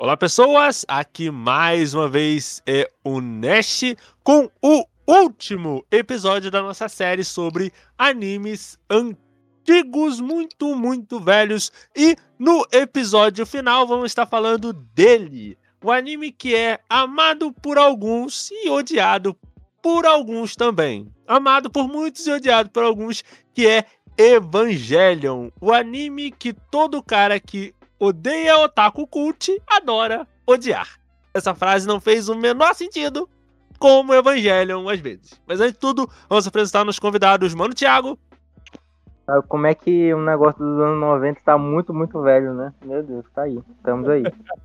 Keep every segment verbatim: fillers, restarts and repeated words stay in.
Olá, pessoas! Aqui mais uma vez é o Nash com o último episódio da nossa série sobre animes antigos, muito, muito velhos. E no episódio final vamos estar falando dele, o anime que é amado por alguns e odiado por alguns também. Amado por muitos e odiado por alguns, que é Evangelion, o anime que todo cara que odeia otaku cult, adora odiar. Essa frase não fez o menor sentido, como Evangelion às vezes. Mas antes de tudo, vamos apresentar nos convidados, Mano Thiago. Como é que um negócio dos anos noventa tá muito, muito velho, né? Meu Deus, tá aí. Estamos aí.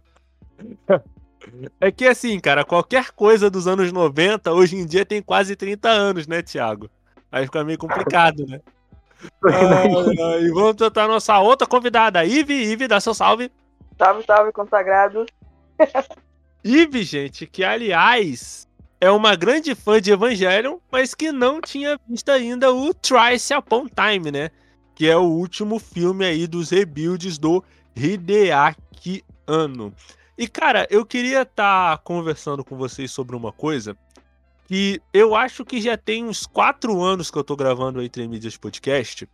É que assim, cara, qualquer coisa dos anos noventa, hoje em dia tem quase trinta anos, né, Thiago? Aí fica meio complicado, né? Ah, e vamos tratar a nossa outra convidada, Ive. Ive, dá seu salve. Salve, salve, consagrado. Ive, gente, que aliás é uma grande fã de Evangelion, mas que não tinha visto ainda o Thrice Upon Time, né? Que é o último filme aí dos rebuilds do Hideaki Anno. E, cara, eu queria estar tá conversando com vocês sobre uma coisa que eu acho que já tem uns quatro anos que eu tô gravando o Entre Mídias Podcast,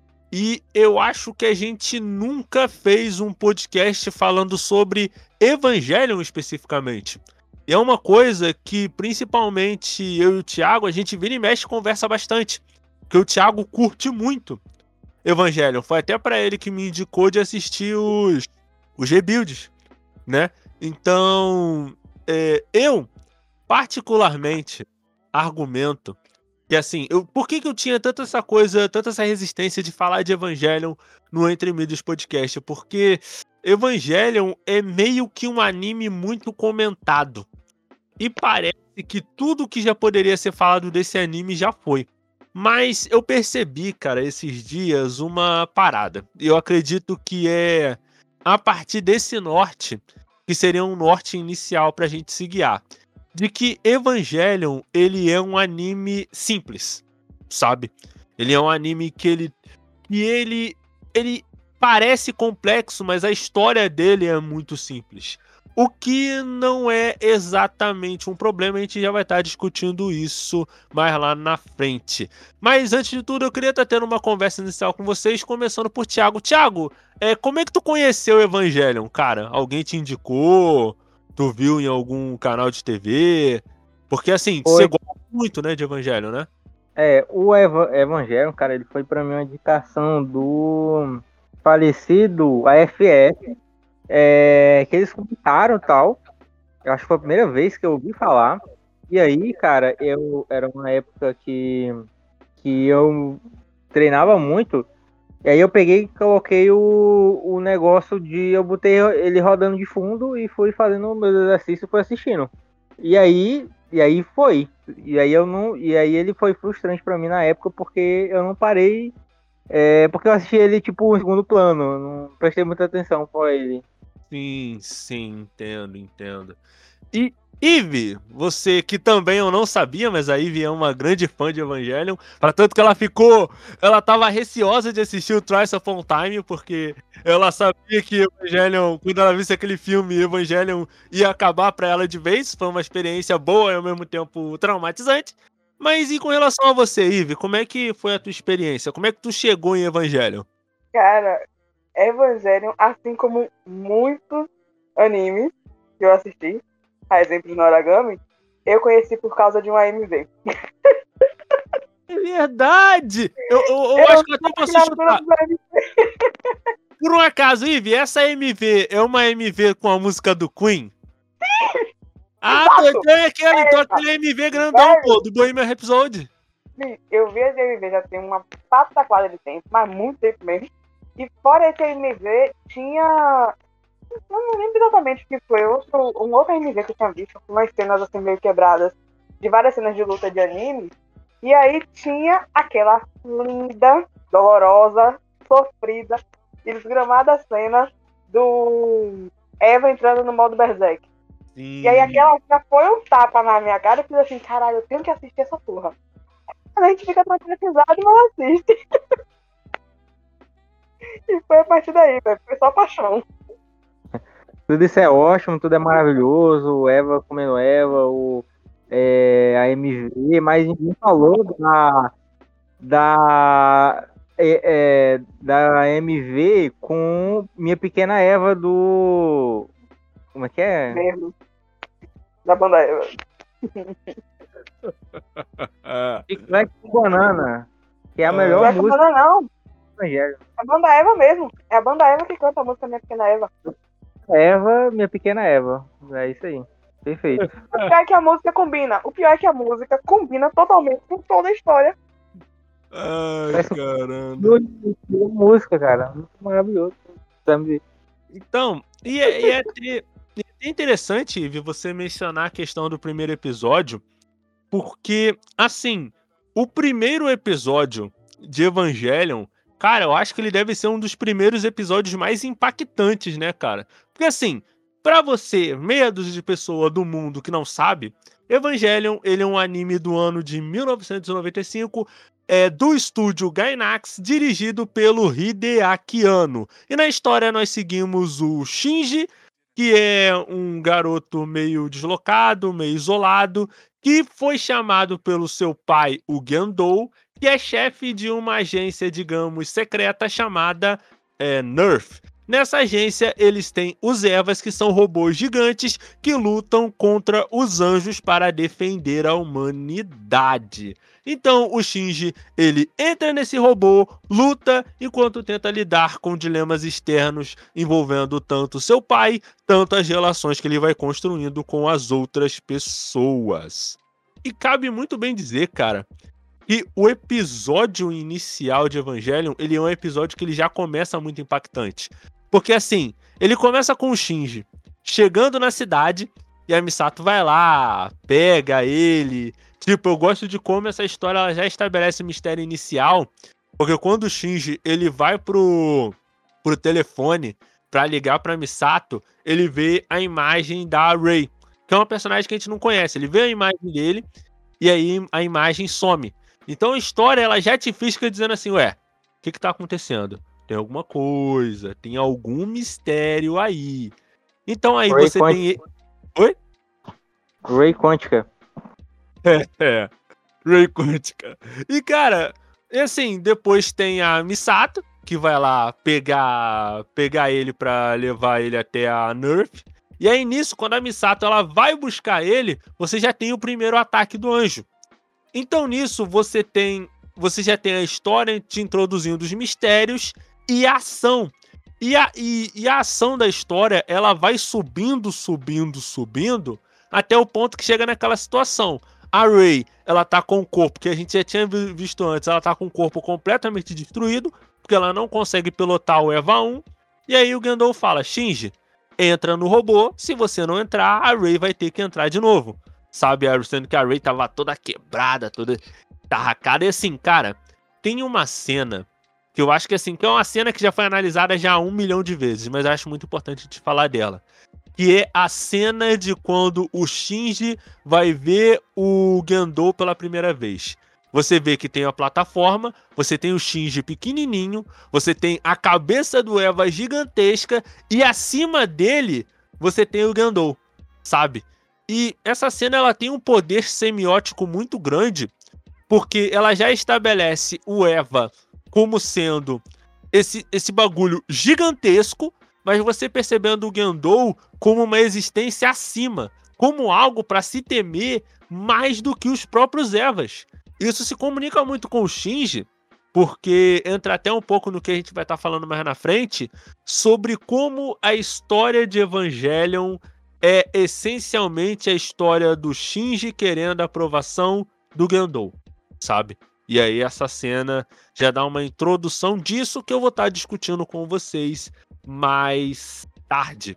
e eu acho que a gente nunca fez um podcast falando sobre Evangelion especificamente. E é uma coisa que, principalmente eu e o Thiago, a gente vira e mexe e conversa bastante, porque o Thiago curte muito Evangelion. Foi até pra ele que me indicou de assistir os, os rebuilds, né? Então, é, eu particularmente argumento que assim, eu, por que que eu tinha tanta essa coisa, tanta essa resistência de falar de Evangelion no Entre Mídias Podcast? Porque Evangelion é meio que um anime muito comentado. E parece que tudo que já poderia ser falado desse anime já foi. Mas eu percebi, cara, esses dias uma parada. E eu acredito que é a partir desse norte que seria um norte inicial pra gente se guiar. De que Evangelion, ele é um anime simples, sabe? Ele é um anime que ele, que ele, ele parece complexo, mas a história dele é muito simples. O que não é exatamente um problema, a gente já vai estar discutindo isso mais lá na frente. Mas antes de tudo, eu queria estar tendo uma conversa inicial com vocês, começando por Thiago. Thiago, é, como é que tu conheceu o Evangelion, cara? Alguém te indicou? Tu viu em algum canal de T V? Porque assim, Foi. você gosta muito, né, de Evangelion, né? É, o Eva Evangelion, cara, ele foi pra mim uma indicação do falecido A F F, é, que eles comentaram e tal. Eu acho que foi a primeira vez que eu ouvi falar. E aí, cara, eu era uma época que, que eu treinava muito. E aí eu peguei e coloquei o, o negócio de... Eu botei ele rodando de fundo e fui fazendo meus exercícios e fui assistindo. E aí, e aí foi. E aí eu não... E aí ele foi frustrante pra mim na época porque eu não parei... É, porque eu assisti ele, tipo, em segundo plano. Não prestei muita atenção pra ele. Sim, sim, entendo, entendo. E Eve, você que também eu não sabia, mas a Eve é uma grande fã de Evangelion, para tanto que ela ficou, ela tava receosa de assistir o Thrice Upon Time, porque ela sabia que Evangelion, quando ela visse aquele filme, Evangelion ia acabar pra ela de vez. Foi uma experiência boa e ao mesmo tempo traumatizante. Mas e com relação a você, Eve, como é que foi a tua experiência? Como é que tu chegou em Evangelion? Cara, Evangelion, assim como muitos animes que eu assisti, a exemplo de Noragami, eu conheci por causa de uma M V. É verdade! Eu, eu, eu, Eu acho que eu até posso chutar. M V. Por um acaso, Ivy, essa M V é uma M V com a música do Queen? Ah, Exato. então é aquele, É, então aquele M V grandão, velho, pô, do Bohemian Rhapsody. eu vi esse M V já tem uma pataquada de tempo, mas muito tempo mesmo. E fora esse M V, tinha... Eu não lembro exatamente o que foi. Outro, um outro M V que eu tinha visto, com umas cenas assim meio quebradas, de várias cenas de luta de anime. E aí tinha aquela linda, dolorosa, sofrida e desgramada cena do Eva entrando no modo Berserk. Sim. E aí aquela cena foi um tapa na minha cara e eu fiz assim, caralho, eu tenho que assistir essa porra. A gente fica traumatizado e não assiste. E foi a partir daí, velho. Foi só paixão. Tudo isso é ótimo, tudo é maravilhoso, o Eva comendo Eva, o, é, a M V, mas ninguém falou da, da, é, é, da M V com Minha Pequena Eva do... Como é que é? Mesmo. Da banda Eva. Chiclete com Banana, que é a Ah. melhor Não é com música banda, não. do Evangelho. É a banda Eva mesmo. É a banda Eva que canta a música Minha Pequena Eva. Eva, Minha Pequena Eva. É isso aí. Perfeito. O pior é que a música combina. O pior é que a música combina totalmente com toda a história. Ai, Parece- caramba. Música, cara. Muito maravilhoso. Sabe? Então, e é, e é até- e é interessante, Ivy, você mencionar a questão do primeiro episódio, porque, assim, o primeiro episódio de Evangelion, cara, eu acho que ele deve ser um dos primeiros episódios mais impactantes, né, cara? Porque, assim, pra você, meia dúzia de pessoa do mundo que não sabe, Evangelion, ele é um anime do ano de mil novecentos e noventa e cinco, é, do estúdio Gainax, dirigido pelo Hideaki Anno. E na história nós seguimos o Shinji, que é um garoto meio deslocado, meio isolado, que foi chamado pelo seu pai, o Gendou, que é chefe de uma agência, digamos, secreta chamada é, Nerf. Nessa agência, eles têm os Evas, que são robôs gigantes que lutam contra os anjos para defender a humanidade. Então, o Shinji, ele entra nesse robô, luta, enquanto tenta lidar com dilemas externos envolvendo tanto seu pai, tanto as relações que ele vai construindo com as outras pessoas. E cabe muito bem dizer, cara, que o episódio inicial de Evangelion, ele é um episódio que ele já começa muito impactante. Porque assim, ele começa com o Shinji chegando na cidade e a Misato vai lá, pega ele. Tipo, eu gosto de como essa história ela já estabelece o mistério inicial, porque quando o Shinji ele vai pro, pro telefone pra ligar pra Misato, ele vê a imagem da Rei, que é uma personagem que a gente não conhece. Ele vê a imagem dele e aí a imagem some. Então a história ela já te fica dizendo assim, ué, o que que tá acontecendo? Tem alguma coisa, tem algum mistério aí. Então aí Ray você Quantica. tem... Oi? Ray Quantica. É, é. Ray Quantica. E, cara, e assim, depois tem a Misato, que vai lá pegar, pegar ele pra levar ele até a Nerf. E aí, nisso, quando a Misato ela vai buscar ele, você já tem o primeiro ataque do anjo. Então, nisso, você tem. Você já tem a história te introduzindo os mistérios e a ação. E a, e, e a ação da história, ela vai subindo, subindo, subindo, até o ponto que chega naquela situação. A Rei, ela tá com o corpo, que a gente já tinha visto antes, ela tá com o corpo completamente destruído, porque ela não consegue pilotar o Eva um. E aí o Gendou fala, Shinji, entra no robô, se você não entrar, a Rei vai ter que entrar de novo. Sabe, sendo que a Rei tava toda quebrada, toda tarracada. E assim, cara, tem uma cena que eu acho que assim, que é uma cena que já foi analisada já um milhão de vezes, mas eu acho muito importante te falar dela. Que é a cena de quando o Shinji vai ver o Gendou pela primeira vez. Você vê que tem a plataforma, você tem o Shinji pequenininho, você tem a cabeça do Eva gigantesca e acima dele você tem o Gendou, sabe? E essa cena ela tem um poder semiótico muito grande, porque ela já estabelece o Eva como sendo esse, esse bagulho gigantesco, mas você percebendo o Gendou como uma existência acima, como algo para se temer mais do que os próprios Evas. Isso se comunica muito com o Shinji, porque entra até um pouco no que a gente vai estar falando mais na frente, sobre como a história de Evangelion é essencialmente a história do Shinji querendo a aprovação do Gendou, sabe? E aí essa cena já dá uma introdução disso que eu vou estar discutindo com vocês mais tarde.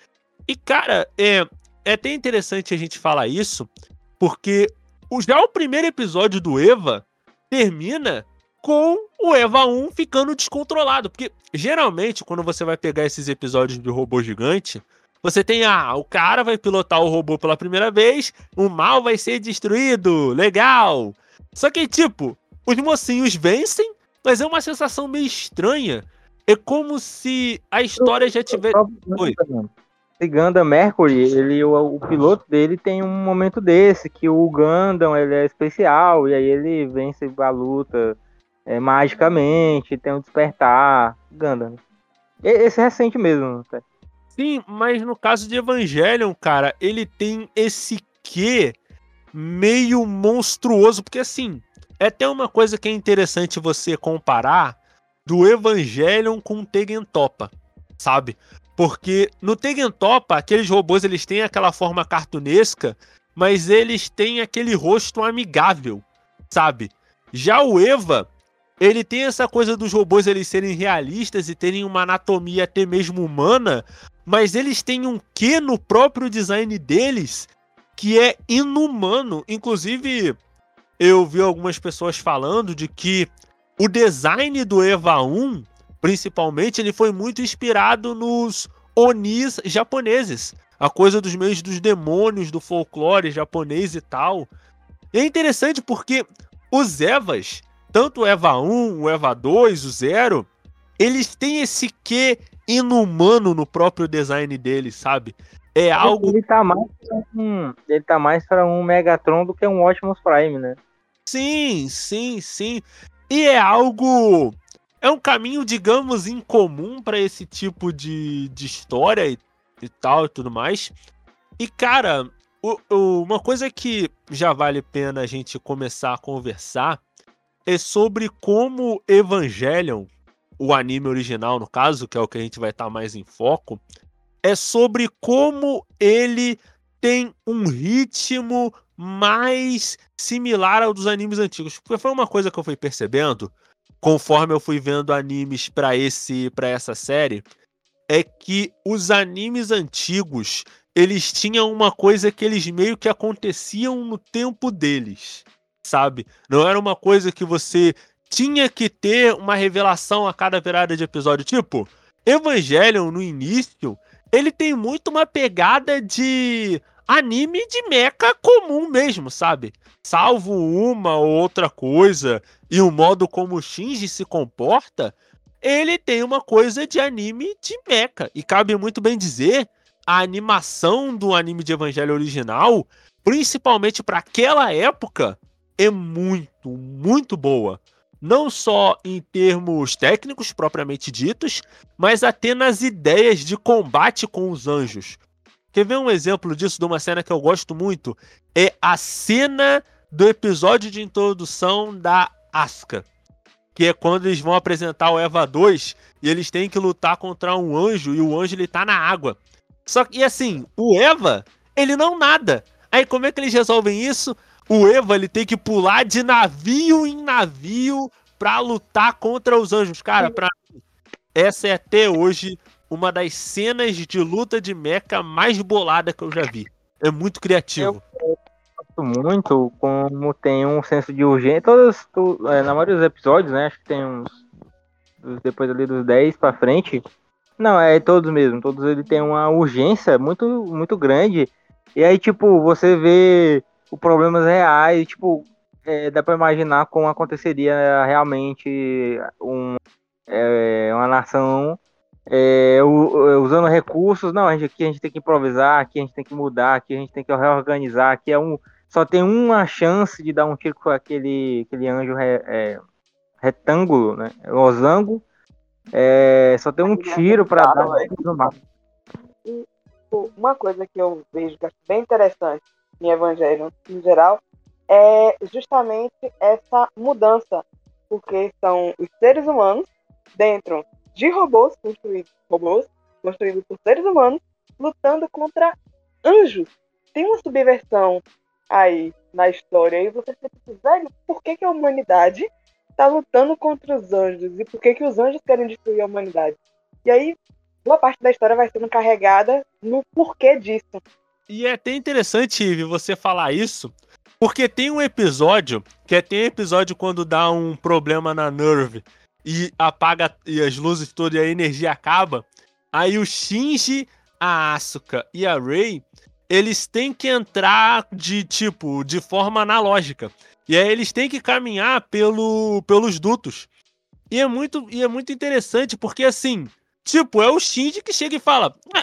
E, cara, é, é até interessante a gente falar isso, porque o, já o primeiro episódio do Eva termina com o Eva um ficando descontrolado. Porque, geralmente, quando você vai pegar esses episódios de robô gigante, você tem, ah, o cara vai pilotar o robô pela primeira vez, o mal vai ser destruído, legal. Só que, tipo, os mocinhos vencem, mas é uma sensação meio estranha. É como se a história já tivesse... Oi. esse Gundam Mercury, ele, o, o piloto dele tem um momento desse, que o Gundam ele é especial, e aí ele vence a luta é, magicamente, tem um despertar. Gundam. E- Esse é recente mesmo. Tá? Sim, mas no caso de Evangelion, cara, ele tem esse quê meio monstruoso, porque assim, é até uma coisa que é interessante você comparar do Evangelion com o Tengen Toppa, sabe? Porque no Tengen Toppa, aqueles robôs eles têm aquela forma cartunesca, mas eles têm aquele rosto amigável, sabe? Já o Eva, ele tem essa coisa dos robôs eles serem realistas e terem uma anatomia até mesmo humana, mas eles têm um quê no próprio design deles que é inumano. Inclusive, eu vi algumas pessoas falando de que o design do Eva um, principalmente, ele foi muito inspirado nos Onis japoneses. A coisa dos meios dos demônios, do folclore japonês e tal. E é interessante porque os Evas, tanto o Eva um, o Eva dois, o Zero, eles têm esse quê inumano no próprio design deles, sabe? É algo... Ele tá mais pra um, ele tá mais para um Megatron do que um Optimus Prime, né? Sim, sim, sim. E é algo... É um caminho, digamos, incomum para esse tipo de, de história e, e tal e tudo mais. E, cara, o, o, uma coisa que já vale a pena a gente começar a conversar é sobre como Evangelion, o anime original, no caso, que é o que a gente vai estar mais em foco, é sobre como ele tem um ritmo mais similar ao dos animes antigos. Porque foi uma coisa que eu fui percebendo, conforme eu fui vendo animes para esse, para essa série, é que os animes antigos, eles tinham uma coisa que eles meio que aconteciam no tempo deles, sabe? Não era uma coisa que você tinha que ter uma revelação a cada virada de episódio. Tipo, Evangelion, no início, ele tem muito uma pegada de anime de mecha comum mesmo, sabe? Salvo uma ou outra coisa e o modo como o Shinji se comporta, ele tem uma coisa de anime de mecha. E cabe muito bem dizer, a animação do anime de Evangelho original, principalmente para aquela época, é muito, muito boa. Não só em termos técnicos propriamente ditos, mas até nas ideias de combate com os anjos. Quer ver um exemplo disso, de uma cena que eu gosto muito? É a cena do episódio de introdução da Asuka, que é quando eles vão apresentar o Eva dois e eles têm que lutar contra um anjo e o anjo ele tá na água. Só que, e assim, o Eva, ele não nada. Aí como é que eles resolvem isso? O Eva, ele tem que pular de navio em navio pra lutar contra os anjos. Cara, pra mim, essa é até hoje uma das cenas de luta de mecha mais bolada que eu já vi. É muito criativo. Eu gosto muito como tem um senso de urgência. Todas, tu, é, na maioria dos episódios, né? Acho que tem uns. Depois ali dos dez pra frente. Não, é todos mesmo. Todos ele tem uma urgência muito, muito grande. E aí, tipo, você vê os problemas reais. Tipo, é, dá pra imaginar como aconteceria realmente um, é, uma nação é, u- usando recursos. Não, a gente, aqui a gente tem que improvisar, aqui a gente tem que mudar, aqui a gente tem que reorganizar. Aqui é um, só tem uma chance de dar um tiro com aquele, aquele anjo re- é, retângulo, né? Losango. É, só tem um tiro pra dar no mapa. E pô, uma coisa que eu vejo que é bem interessante em Evangelho em geral é justamente essa mudança, porque são os seres humanos dentro de robôs construídos, robôs construídos por seres humanos lutando contra anjos. Tem uma subversão aí na história e você fica, velho, por que, que a humanidade tá lutando contra os anjos e por que, que os anjos querem destruir a humanidade? E aí boa parte da história vai sendo carregada no porquê disso. E é até interessante, Ive, você falar isso, porque tem um episódio, que é tem um episódio quando dá um problema na Nerve e apaga e as luzes todas e a energia acaba, aí o Shinji, a Asuka e a Rei, eles têm que entrar de tipo, de forma analógica. E aí eles têm que caminhar pelo, pelos dutos. E é muito, e é muito interessante, porque assim, tipo, é o Shinji que chega e fala: ah,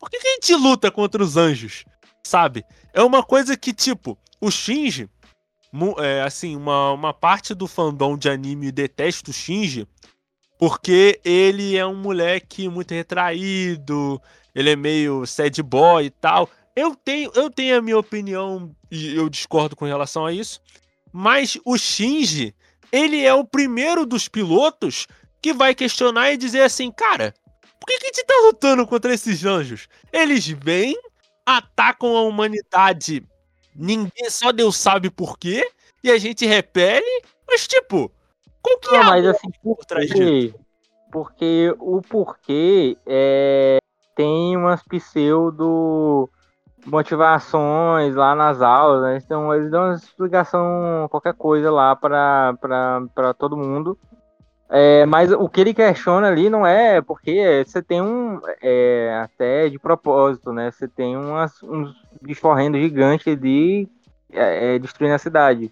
Por que, que a gente luta contra os anjos? Sabe? É uma coisa que, tipo, o Shinji, é, assim, uma, uma parte do fandom de anime detesta o Shinji porque ele é um moleque muito retraído, ele é meio sad boy e tal. Eu tenho, eu tenho a minha opinião e eu discordo com relação a isso, mas o Shinji, ele é o primeiro dos pilotos que vai questionar e dizer assim, cara, por que, que a gente tá lutando contra esses anjos? Eles vêm, atacam a humanidade, ninguém, só Deus sabe por quê, e a gente repele, mas tipo, qual que Não, é mas a assim, por por trás quê? disso? Porque o porquê é, tem umas pseudo motivações lá nas aulas, né? Então eles dão uma explicação, qualquer coisa lá para todo mundo. É, mas o que ele questiona ali não é porque você tem um, é, até de propósito, né? Você tem umas, uns bichos correndo gigantes ali é, é, destruindo a cidade.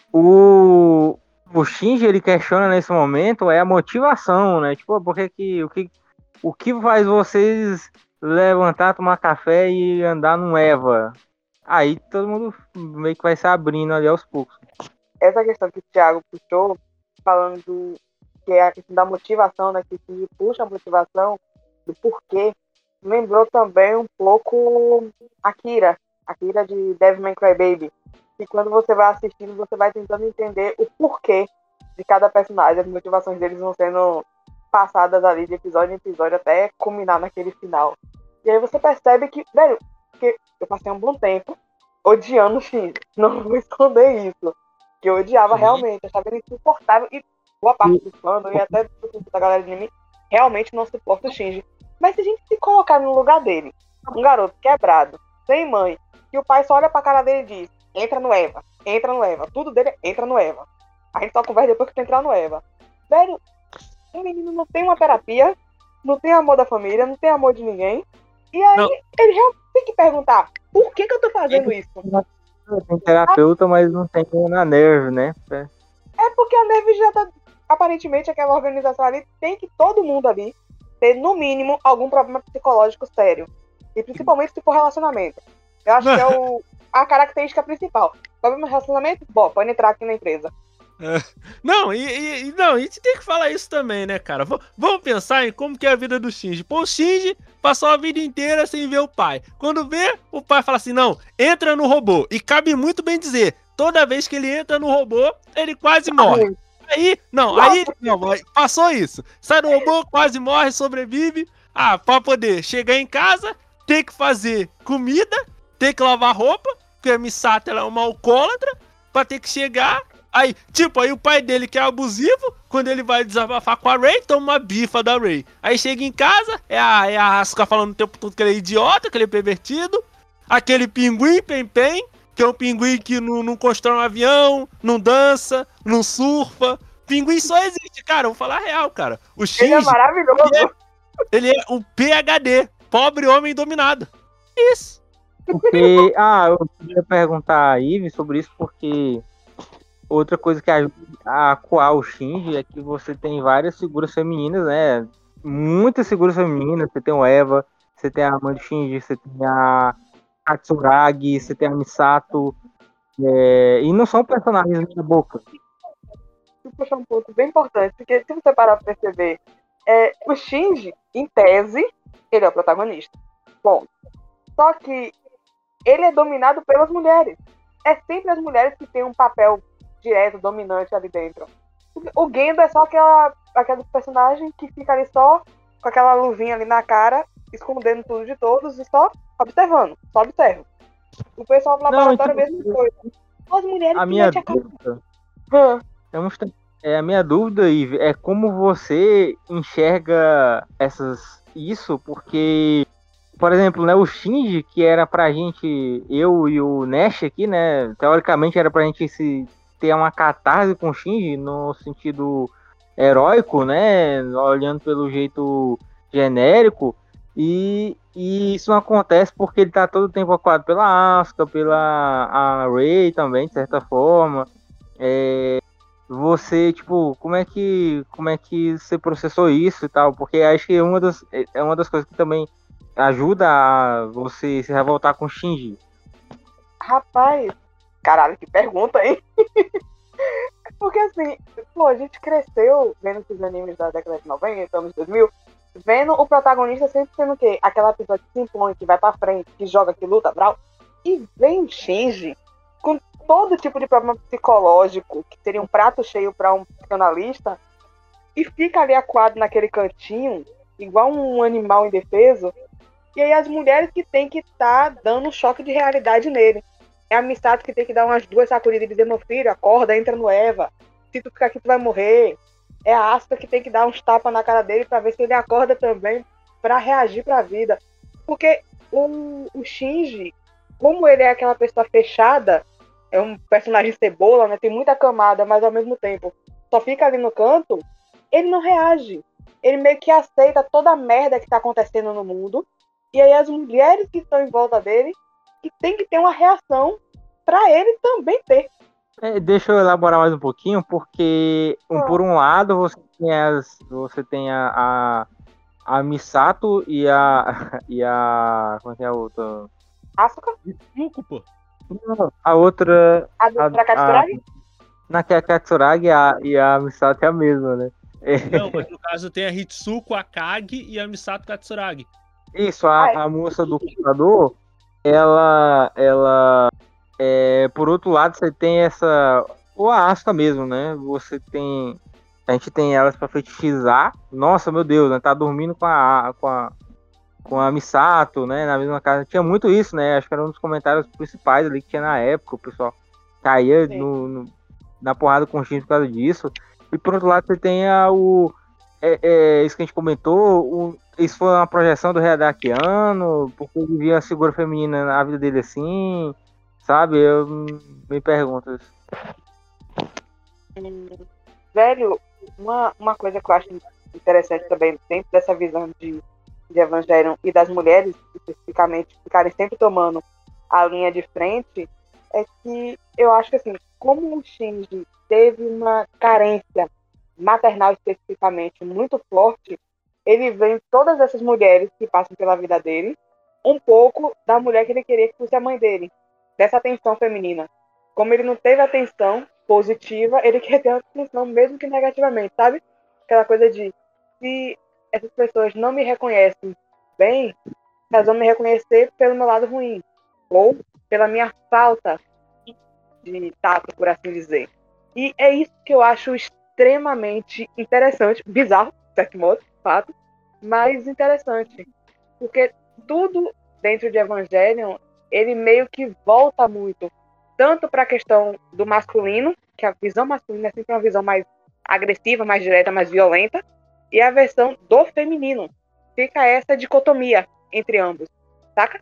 O, o Shinji, ele questiona nesse momento é a motivação, né? Tipo, porque que, o, que, o que faz vocês levantar, tomar café e andar num Eva? Aí todo mundo meio que vai se abrindo ali aos poucos. Essa questão que o Thiago puxou, falando do, que é a questão da motivação, né? Que se puxa a motivação do porquê, lembrou também um pouco Akira, Akira de Devil Cry Baby. E quando você vai assistindo, você vai tentando entender o porquê de cada personagem, as motivações deles vão sendo passadas ali de episódio em episódio até culminar naquele final. E aí você percebe que, velho, porque eu passei um bom tempo odiando o Shinji, não vou esconder isso, que eu odiava Uhum. realmente, achava ele insuportável e boa parte do fandom e até da galera de anime realmente não suporta o Shinji. Mas se a gente se colocar no lugar dele, um garoto quebrado, sem mãe, que o pai só olha pra cara dele e diz, entra no Eva, entra no Eva, tudo dele é entra no Eva. A gente só conversa depois que tu entrar no Eva. Velho, o menino não tem uma terapia, não tem amor da família, não tem amor de ninguém. E aí, não. Ele realmente tem que perguntar, por que que eu tô fazendo isso? Tem terapeuta, mas não tem na Nerve, né? É, é porque a Nerve já tá, aparentemente, aquela organização ali, tem que todo mundo ali ter, no mínimo, algum problema psicológico sério. E principalmente se for relacionamento. Eu acho que é o, a característica principal. Problema de relacionamento? Bom, pode entrar aqui na empresa. É. Não, e, e não, a gente tem que falar isso também, né, cara? V- vamos pensar em como que é a vida do Shinji. Pô, o Shinji passou a vida inteira sem ver o pai. Quando vê, o pai fala assim, não, entra no robô. E cabe muito bem dizer, toda vez que ele entra no robô, ele quase morre. Aí, não, aí, não, passou isso. Sai do robô, quase morre, sobrevive. Ah, pra poder chegar em casa, tem que fazer comida, tem que lavar roupa, porque a Misato ela é uma alcoólatra, pra ter que chegar... Aí, tipo, aí o pai dele que é abusivo, quando ele vai desabafar com a Rei, toma uma bifa da Rei. Aí chega em casa, é a, é a Asuka falando o tempo todo que ele é idiota, que ele é pervertido. Aquele pinguim, Pen-Pen, que é um pinguim que não, não constrói um avião, não dança, não surfa. Pinguim só existe, cara, eu vou falar a real, cara. O Shinji, ele é maravilhoso. Ele é, ele é um P H D, pobre homem dominado. Isso. Porque, ah, eu queria perguntar a Ivy sobre isso, porque... Outra coisa que ajuda a acuar o Shinji é que você tem várias figuras femininas, né? Muitas figuras femininas. Você tem o Eva, você tem a mãe do Shinji, você tem a Katsuragi, você tem a Misato. É... E não são personagens na boca. Vou puxar um ponto bem importante, porque se você parar pra perceber, é, o Shinji, em tese, ele é o protagonista. Bom, só que ele é dominado pelas mulheres. É sempre as mulheres que têm um papel direto, dominante ali dentro. O Gendo é só aquela, aquele personagem que fica ali só com aquela luvinha ali na cara, escondendo tudo de todos e só observando, só observa. O pessoal do laboratório é a mesma coisa. As mulheres a minha dúvida, hum. é, a minha dúvida, Ive, é como você enxerga essas, isso, porque, por exemplo, né, o Shinji, que era pra gente, eu e o Nash aqui, né, teoricamente era pra gente se ter uma catarse com o Shinji no sentido heróico, né? Olhando pelo jeito genérico. E, e isso não acontece porque ele tá todo o tempo acuado pela Asuka, pela a Rei também, de certa forma. É, você, tipo, como é que como é que você processou isso e tal? Porque acho que uma das, é uma das coisas que também ajuda a você se revoltar com o Shinji? Rapaz, caralho, que pergunta, hein? Porque assim, pô, a gente cresceu vendo esses animes da década de noventa, anos dois mil, vendo o protagonista sempre sendo o quê? Aquela pessoa que se impõe, que vai pra frente, que joga, que luta, brau. E vem o Shinji com todo tipo de problema psicológico, que seria um prato cheio pra um psicanalista, e fica ali acuado naquele cantinho, igual um animal indefeso, e aí as mulheres que tem que estar tá dando um choque de realidade nele. É a Misato que tem que dar umas duas sacudidas e dizer, meu filho, acorda, entra no Eva. Se tu ficar aqui, tu vai morrer. É a Asuka que tem que dar uns tapas na cara dele pra ver se ele acorda também, pra reagir pra vida. Porque o, o Shinji, como ele é aquela pessoa fechada, é um personagem cebola, né? Tem muita camada, mas ao mesmo tempo só fica ali no canto, ele não reage. Ele meio que aceita toda a merda que tá acontecendo no mundo. E aí as mulheres que estão em volta dele que tem que ter uma reação para ele também ter. É, deixa eu elaborar mais um pouquinho, porque um, por um lado você tem, as, você tem a, a, a Misato e a. e a. Como é que é a outra? Asuka? Yuko, pô. A outra. A do Katsuragi? Na que a Katsuragi e a, e a Misato é a mesma, né? Não, mas no caso tem a Hitsuko Akagi e a Misato Katsuragi. Isso, a, a moça do computador, ela. ela é, por outro lado, você tem essa. Ou a Asuka mesmo, né? Você tem. A gente tem elas pra fetichizar. Nossa, meu Deus, né? Tá dormindo com a, com a, com a Misato, né? Na mesma casa. Tinha muito isso, né? Acho que era um dos comentários principais ali que tinha na época. O pessoal caía no, no, na porrada com o Shinji por causa disso. E por outro lado, você tem a, o. É, é, isso que a gente comentou. O, isso foi uma projeção do Redakiano, porque ele via a figura feminina na vida dele assim. Sabe? Eu me pergunto isso. Velho, uma, uma coisa que eu acho interessante também, dentro dessa visão de, de Evangelion e das mulheres, especificamente, ficarem sempre tomando a linha de frente, é que eu acho que, assim, como o Shinji teve uma carência maternal especificamente muito forte, ele vê em todas essas mulheres que passam pela vida dele um pouco da mulher que ele queria que fosse a mãe dele. Dessa atenção feminina. Como ele não teve atenção positiva, ele quer ter atenção mesmo que negativamente, sabe? Aquela coisa de, se essas pessoas não me reconhecem bem, elas vão me reconhecer pelo meu lado ruim. Ou pela minha falta de tato, por assim dizer. E é isso que eu acho extremamente interessante, bizarro, de certo modo, fato, mas interessante. Porque tudo dentro de Evangelion ele meio que volta muito, tanto para a questão do masculino, que a visão masculina é sempre uma visão mais agressiva, mais direta, mais violenta, e a versão do feminino. Fica essa dicotomia entre ambos, saca?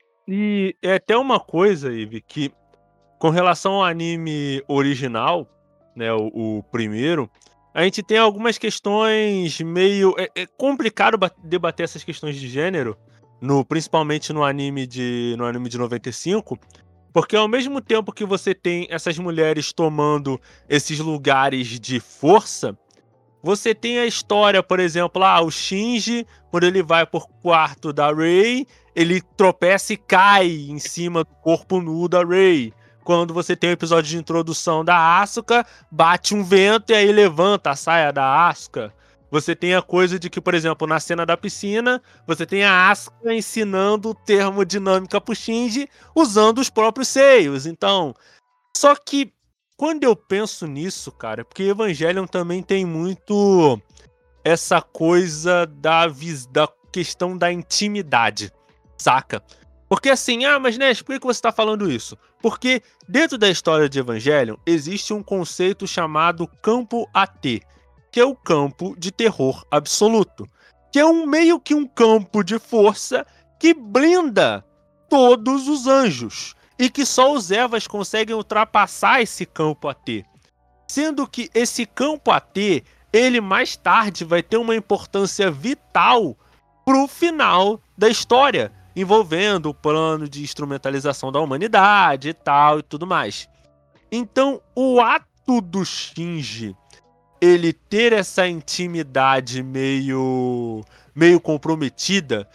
E é até uma coisa, Ivy, que com relação ao anime original, né, o, o primeiro, a gente tem algumas questões meio... É, é complicado debater essas questões de gênero, No, principalmente no anime, de, no anime de noventa e cinco, porque ao mesmo tempo que você tem essas mulheres tomando esses lugares de força, você tem a história, por exemplo, ah, o Shinji, quando ele vai por quarto da Rei, ele tropeça e cai em cima do corpo nu da Rei. Quando você tem o episódio de introdução da Asuka, bate um vento e aí levanta a saia da Asuka. Você tem a coisa de que, por exemplo, na cena da piscina, você tem a Asuka ensinando termodinâmica pro Shinji usando os próprios seios. Então, só que quando eu penso nisso, cara, porque Evangelion também tem muito essa coisa da, da questão da intimidade, saca? Porque assim, ah, mas Nesh, por que você tá falando isso? Porque dentro da história de Evangelion existe um conceito chamado campo A T, que é o campo de terror absoluto, que é um meio que um campo de força que blinda todos os anjos, e que só os Evas conseguem ultrapassar esse campo A T. Sendo que esse campo A T, ele mais tarde vai ter uma importância vital pro final da história, envolvendo o plano de instrumentalização da humanidade e tal e tudo mais. Então, o ato do Shinji ele ter essa intimidade meio, meio comprometida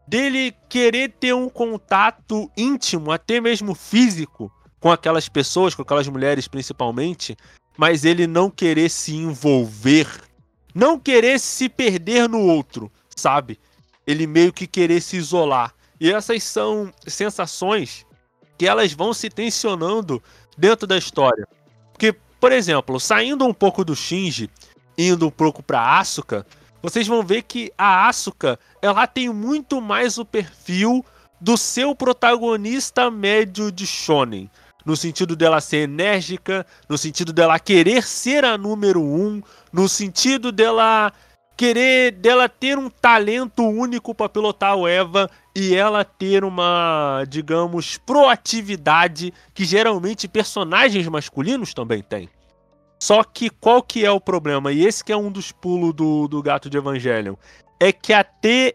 dele querer ter um contato íntimo, até mesmo físico, com aquelas pessoas, com aquelas mulheres principalmente, mas ele não querer se envolver, não querer se perder no outro, sabe? Ele meio que querer se isolar. E essas são sensações que elas vão se tensionando dentro da história. Porque, por exemplo, saindo um pouco do Shinji, indo um pouco pra Asuka, vocês vão ver que a Asuka, ela tem muito mais o perfil do seu protagonista médio de shonen. No sentido dela ser enérgica, no sentido dela querer ser a número um, no sentido dela querer, dela ter um talento único para pilotar o Eva e ela ter uma, digamos, proatividade que geralmente personagens masculinos também têm. Só que qual que é o problema? E esse que é um dos pulos do, do gato de Evangelion. É que até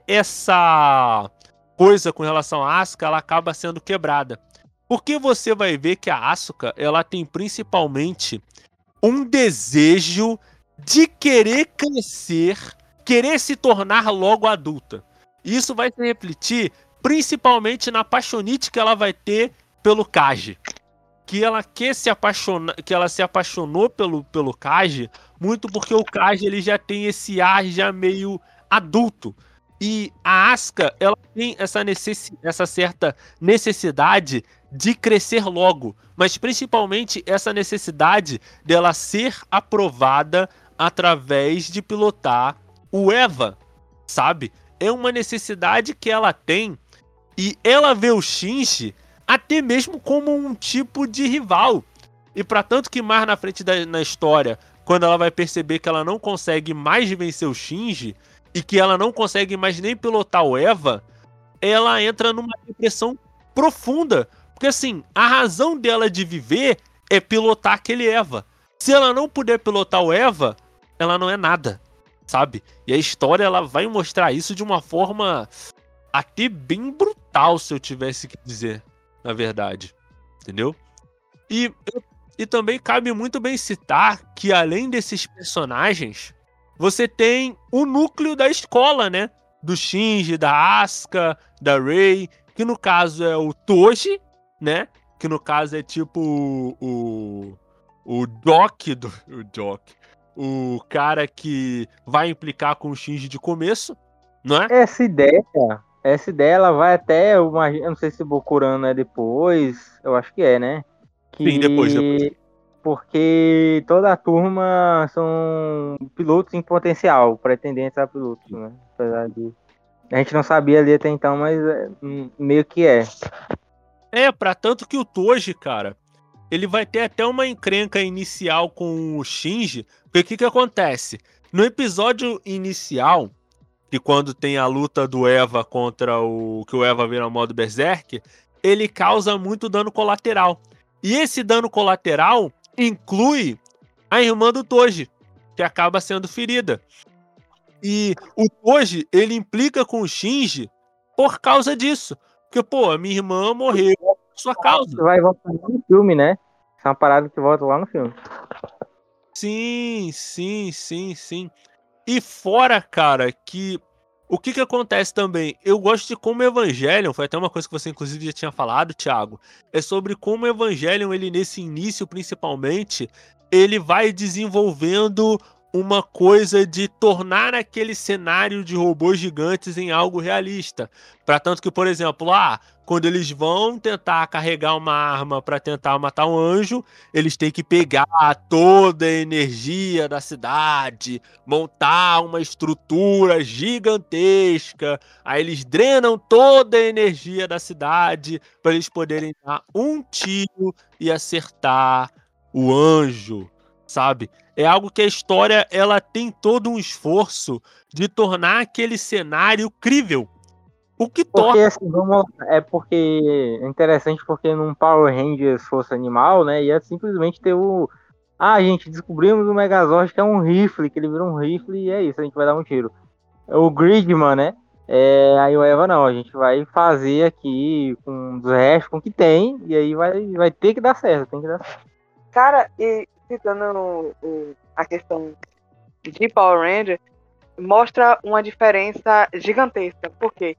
essa coisa com relação a Asuka, ela acaba sendo quebrada. Porque você vai ver que a Asuka, ela tem principalmente um desejo de querer crescer, querer se tornar logo adulta. E isso vai se refletir principalmente na paixonite que ela vai ter pelo Kaji. Que ela quer se apaixonar, que ela se apaixonou pelo, pelo Kaji, muito porque o Kaji ele já tem esse ar já meio adulto. E a Asuka, ela tem essa, necess... essa certa necessidade de crescer logo, mas principalmente essa necessidade dela ser aprovada através de pilotar o Eva, sabe? É uma necessidade que ela tem e ela vê o Shinji até mesmo como um tipo de rival. E para tanto que mais na frente da, na história, quando ela vai perceber que ela não consegue mais vencer o Shinji e que ela não consegue mais nem pilotar o Eva, ela entra numa depressão profunda. Porque assim, a razão dela de viver é pilotar aquele Eva. Se ela não puder pilotar o Eva, ela não é nada, sabe? E a história ela vai mostrar isso de uma forma até bem brutal, se eu tivesse que dizer, na verdade. Entendeu? E, e também cabe muito bem citar que além desses personagens, você tem o núcleo da escola, né? Do Shinji, da Asuka, da Rei, que no caso é o Toji, né? Que no caso é tipo o o Doc do o Doc, o cara que vai implicar com o Shinji de começo, não é? Essa ideia, essa ideia ela vai até, eu imagino, eu não sei se o Bokurano é depois, eu acho que é, né? Que... Sim, depois, depois. Porque toda a turma são pilotos em potencial, pretendentes a pilotos, né? Apesar de... A gente não sabia ali até então, mas é, meio que é. É, pra tanto que o Toji, cara, ele vai ter até uma encrenca inicial com o Shinji, porque o que que acontece? No episódio inicial, que quando tem a luta do Eva contra o... que o Eva vira modo Berserk, ele causa muito dano colateral. E esse dano colateral inclui a irmã do Toji, que acaba sendo ferida. E o Toji, ele implica com o Shinji por causa disso. Porque, pô, a minha irmã morreu por sua causa. Vai voltar no filme, né? É uma parada que volta lá no filme. Sim, sim, sim, sim. E fora, cara, que... O que que acontece também? Eu gosto de como o Evangelion, foi até uma coisa que você inclusive já tinha falado, Thiago, é sobre como o Evangelion, ele nesse início principalmente, ele vai desenvolvendo uma coisa de tornar aquele cenário de robôs gigantes em algo realista. Para tanto que, por exemplo, lá, quando eles vão tentar carregar uma arma para tentar matar um anjo, eles têm que pegar toda a energia da cidade, montar uma estrutura gigantesca, aí eles drenam toda a energia da cidade para eles poderem dar um tiro e acertar o anjo, sabe? É algo que a história ela tem todo um esforço de tornar aquele cenário crível. O que Porque torna... assim, vamos, é porque é interessante porque num Power Rangers Força Animal, né, ia simplesmente ter o... Ah, gente, descobrimos o Megazord que é um rifle, que ele vira um rifle e é isso, a gente vai dar um tiro. O Gridman, né, é, aí o Eva não, a gente vai fazer aqui com os restos, com o que tem, e aí vai, vai ter que dar certo, tem que dar certo. Cara, e citando o, o, a questão de Power Ranger, mostra uma diferença gigantesca. Por quê?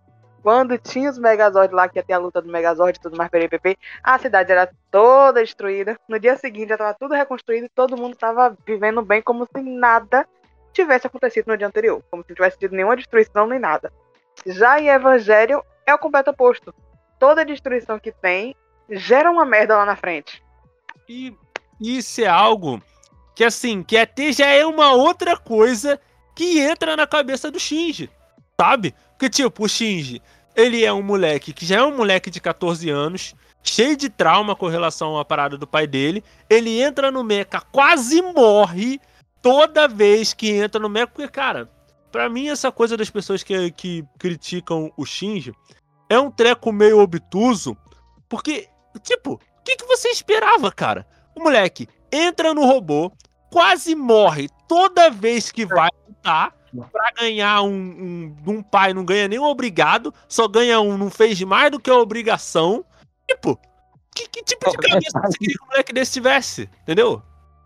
Quando tinha os Megazord lá, que ia ter a luta do Megazord e tudo mais, ppp, a cidade era toda destruída. No dia seguinte já estava tudo reconstruído e todo mundo estava vivendo bem como se nada tivesse acontecido no dia anterior. Como se não tivesse tido nenhuma destruição nem nada. Já em Evangelion é o completo oposto. Toda destruição que tem gera uma merda lá na frente. E isso é algo que, assim, que até já é uma outra coisa que entra na cabeça do Shinji, sabe? Porque, tipo, o Shinji, ele é um moleque que já é um moleque de catorze anos, cheio de trauma com relação à parada do pai dele. Ele entra no mecha, quase morre toda vez que entra no mecha. Porque, cara, pra mim essa coisa das pessoas que, que criticam o Shinji é um treco meio obtuso. Porque, tipo, o que, que você esperava, cara? O moleque entra no robô, quase morre toda vez que vai lutar. Pra ganhar um, um, um pai, não ganha nem um obrigado, só ganha um, não fez mais do que a obrigação. Tipo, que, que tipo de cabeça você queria que um moleque desse tivesse? Entendeu?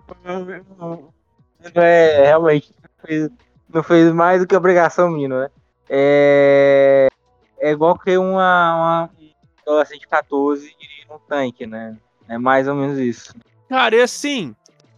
É, realmente, não fez, não fez mais do que obrigação minha, né? É, é igual que uma, uma adolescente de catorze iria num tanque, né? É mais ou menos isso. Cara, e assim,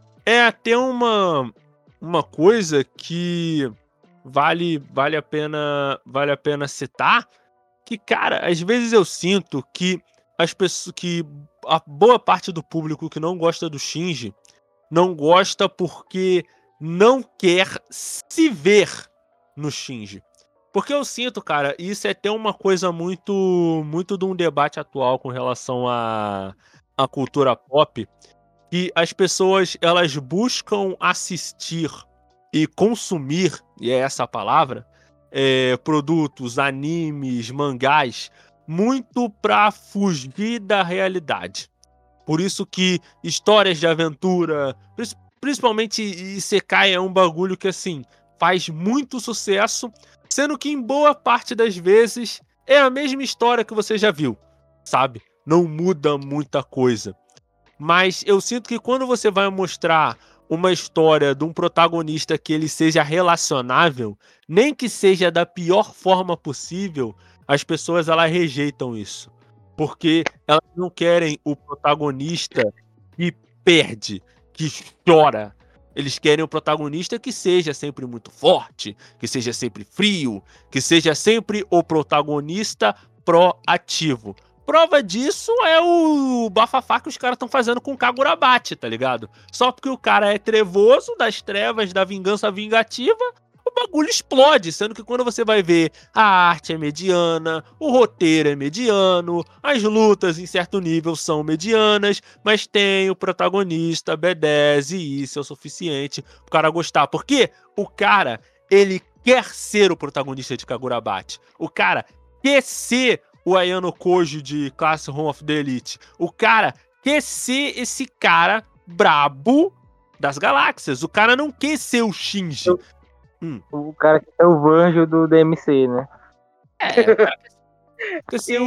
é até uma, uma coisa que vale, vale, a pena, vale a pena citar, que, cara, às vezes eu sinto que as pessoas, que a boa parte do público que não gosta do Shinji não gosta porque não quer se ver no Shinji. Porque eu sinto, cara, isso é até uma coisa muito, muito de um debate atual com relação à, à cultura pop, que as pessoas, elas buscam assistir e consumir, e é essa a palavra, é, produtos, animes, mangás, muito pra fugir da realidade. Por isso que histórias de aventura, principalmente Isekai, é um bagulho que, assim, faz muito sucesso, sendo que em boa parte das vezes é a mesma história que você já viu, sabe? Não muda muita coisa. Mas eu sinto que quando você vai mostrar uma história de um protagonista que ele seja relacionável, nem que seja da pior forma possível, as pessoas elas rejeitam isso. Porque elas não querem o protagonista que perde, que chora. Eles querem o protagonista que seja sempre muito forte, que seja sempre frio, que seja sempre o protagonista proativo. Prova disso é o bafafá que os caras estão fazendo com o Kagurabate, tá ligado? Só porque o cara é trevoso, das trevas, da vingança vingativa, o bagulho explode, sendo que quando você vai ver, a arte é mediana, o roteiro é mediano, as lutas em certo nível são medianas, mas tem o protagonista B dez e isso é o suficiente pro cara gostar. Por quê? O cara, ele quer ser o protagonista de Kagurabate. O cara quer ser o Ayano Koji de Classroom of the Elite. O cara quer ser esse cara brabo das galáxias. O cara não quer ser o Shinji. Eu, hum. O cara que é o Vanjo do D M C, né? É, o cara quer ser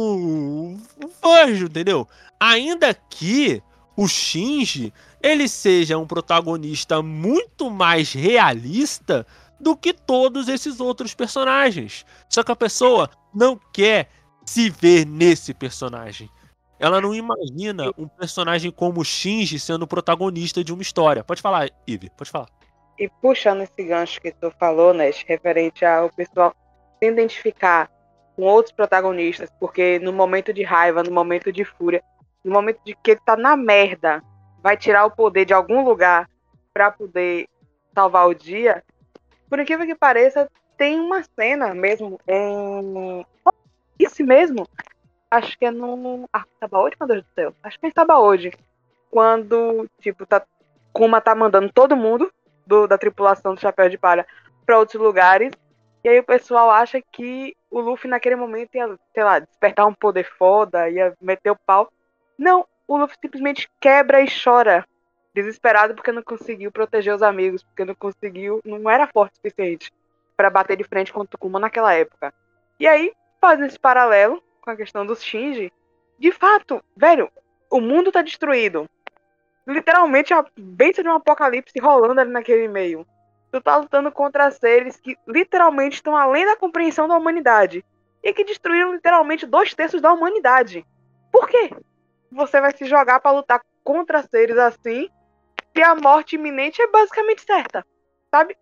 o... o Vanjo, entendeu? Ainda que o Shinji ele seja um protagonista muito mais realista do que todos esses outros personagens. Só que a pessoa não quer se ver nesse personagem. Ela não imagina um personagem como o Shinji sendo o protagonista de uma história. Pode falar, Ivy, pode falar. E puxando esse gancho que tu falou, né, referente ao pessoal se identificar com outros protagonistas, porque no momento de raiva, no momento de fúria, no momento de que ele tá na merda, vai tirar o poder de algum lugar pra poder salvar o dia, por incrível que pareça, tem uma cena mesmo em... Isso mesmo, acho que é no... Ah, Sabaody, meu Deus do céu. Acho que é em Sabaody. Quando, tipo, tá... Kuma tá mandando todo mundo do, da tripulação do Chapéu de Palha pra outros lugares. E aí o pessoal acha que o Luffy naquele momento ia, sei lá, despertar um poder foda, ia meter o pau. Não, o Luffy simplesmente quebra e chora. Desesperado porque não conseguiu proteger os amigos, porque não conseguiu, não era forte o suficiente pra bater de frente contra o Kuma naquela época. E aí, fazendo esse paralelo com a questão dos Shinji, de fato, velho, o mundo tá destruído. Literalmente a bênção de um apocalipse rolando ali naquele meio. Tu tá lutando contra seres que literalmente estão além da compreensão da humanidade. e que destruíram literalmente dois terços da humanidade. Por quê? Você vai se jogar pra lutar contra seres assim e a morte iminente é basicamente certa, sabe?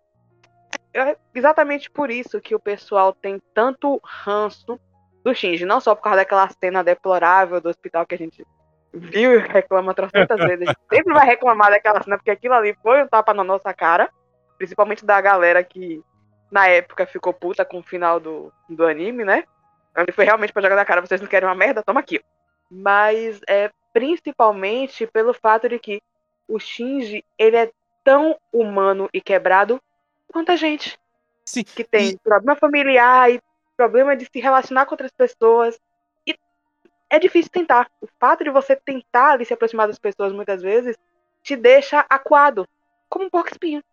É exatamente por isso que o pessoal tem tanto ranço do Shinji, não só por causa daquela cena deplorável do hospital que a gente viu e reclama trocentas vezes. A gente sempre vai reclamar daquela cena, porque aquilo ali foi um tapa na nossa cara, principalmente da galera que na época ficou puta com o final do, do anime, né? Ele foi realmente pra jogar na cara, vocês não querem uma merda? Toma aqui. Mas é principalmente pelo fato de que o Shinji, ele é tão humano e quebrado quanto a gente. Sim. Que tem E, problema familiar e problema de se relacionar com outras pessoas. E é difícil tentar. O fato de você tentar ali, se aproximar das pessoas muitas vezes te deixa acuado, como um porco espinho.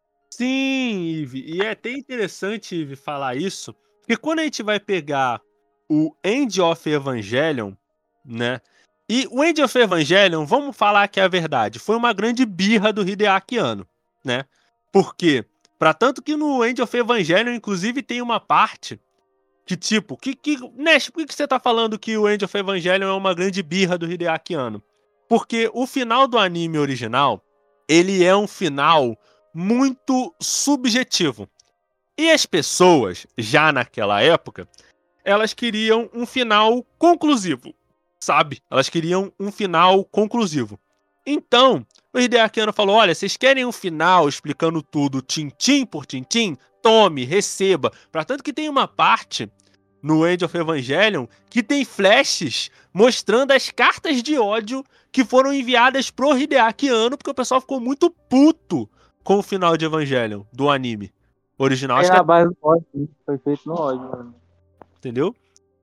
sim, Ive. E é até interessante, Ive, falar isso, porque quando a gente vai pegar o End of Evangelion, né? E o End of Evangelion, vamos falar que é a verdade, foi uma grande birra do Hideaki Anno, né? Por quê? Pra tanto que no End of Evangelion, inclusive, tem uma parte que, tipo, que, que, Nesh, por que que você tá falando que o End of Evangelion é uma grande birra do Hideaki Anno? Porque o final do anime original, ele é um final muito subjetivo. E as pessoas, já naquela época, elas queriam um final conclusivo, sabe? Elas queriam um final conclusivo. Então, o Hideaki Anno falou, olha, vocês querem um final explicando tudo tintim por tintim? Tome, receba. Pra tanto que tem uma parte no End of Evangelion que tem flashes mostrando as cartas de ódio que foram enviadas pro Hideaki Anno, porque o pessoal ficou muito puto com o final de Evangelion, do anime original. Aí Acho que na é, base do ódio, isso foi feito no ódio, mano. entendeu?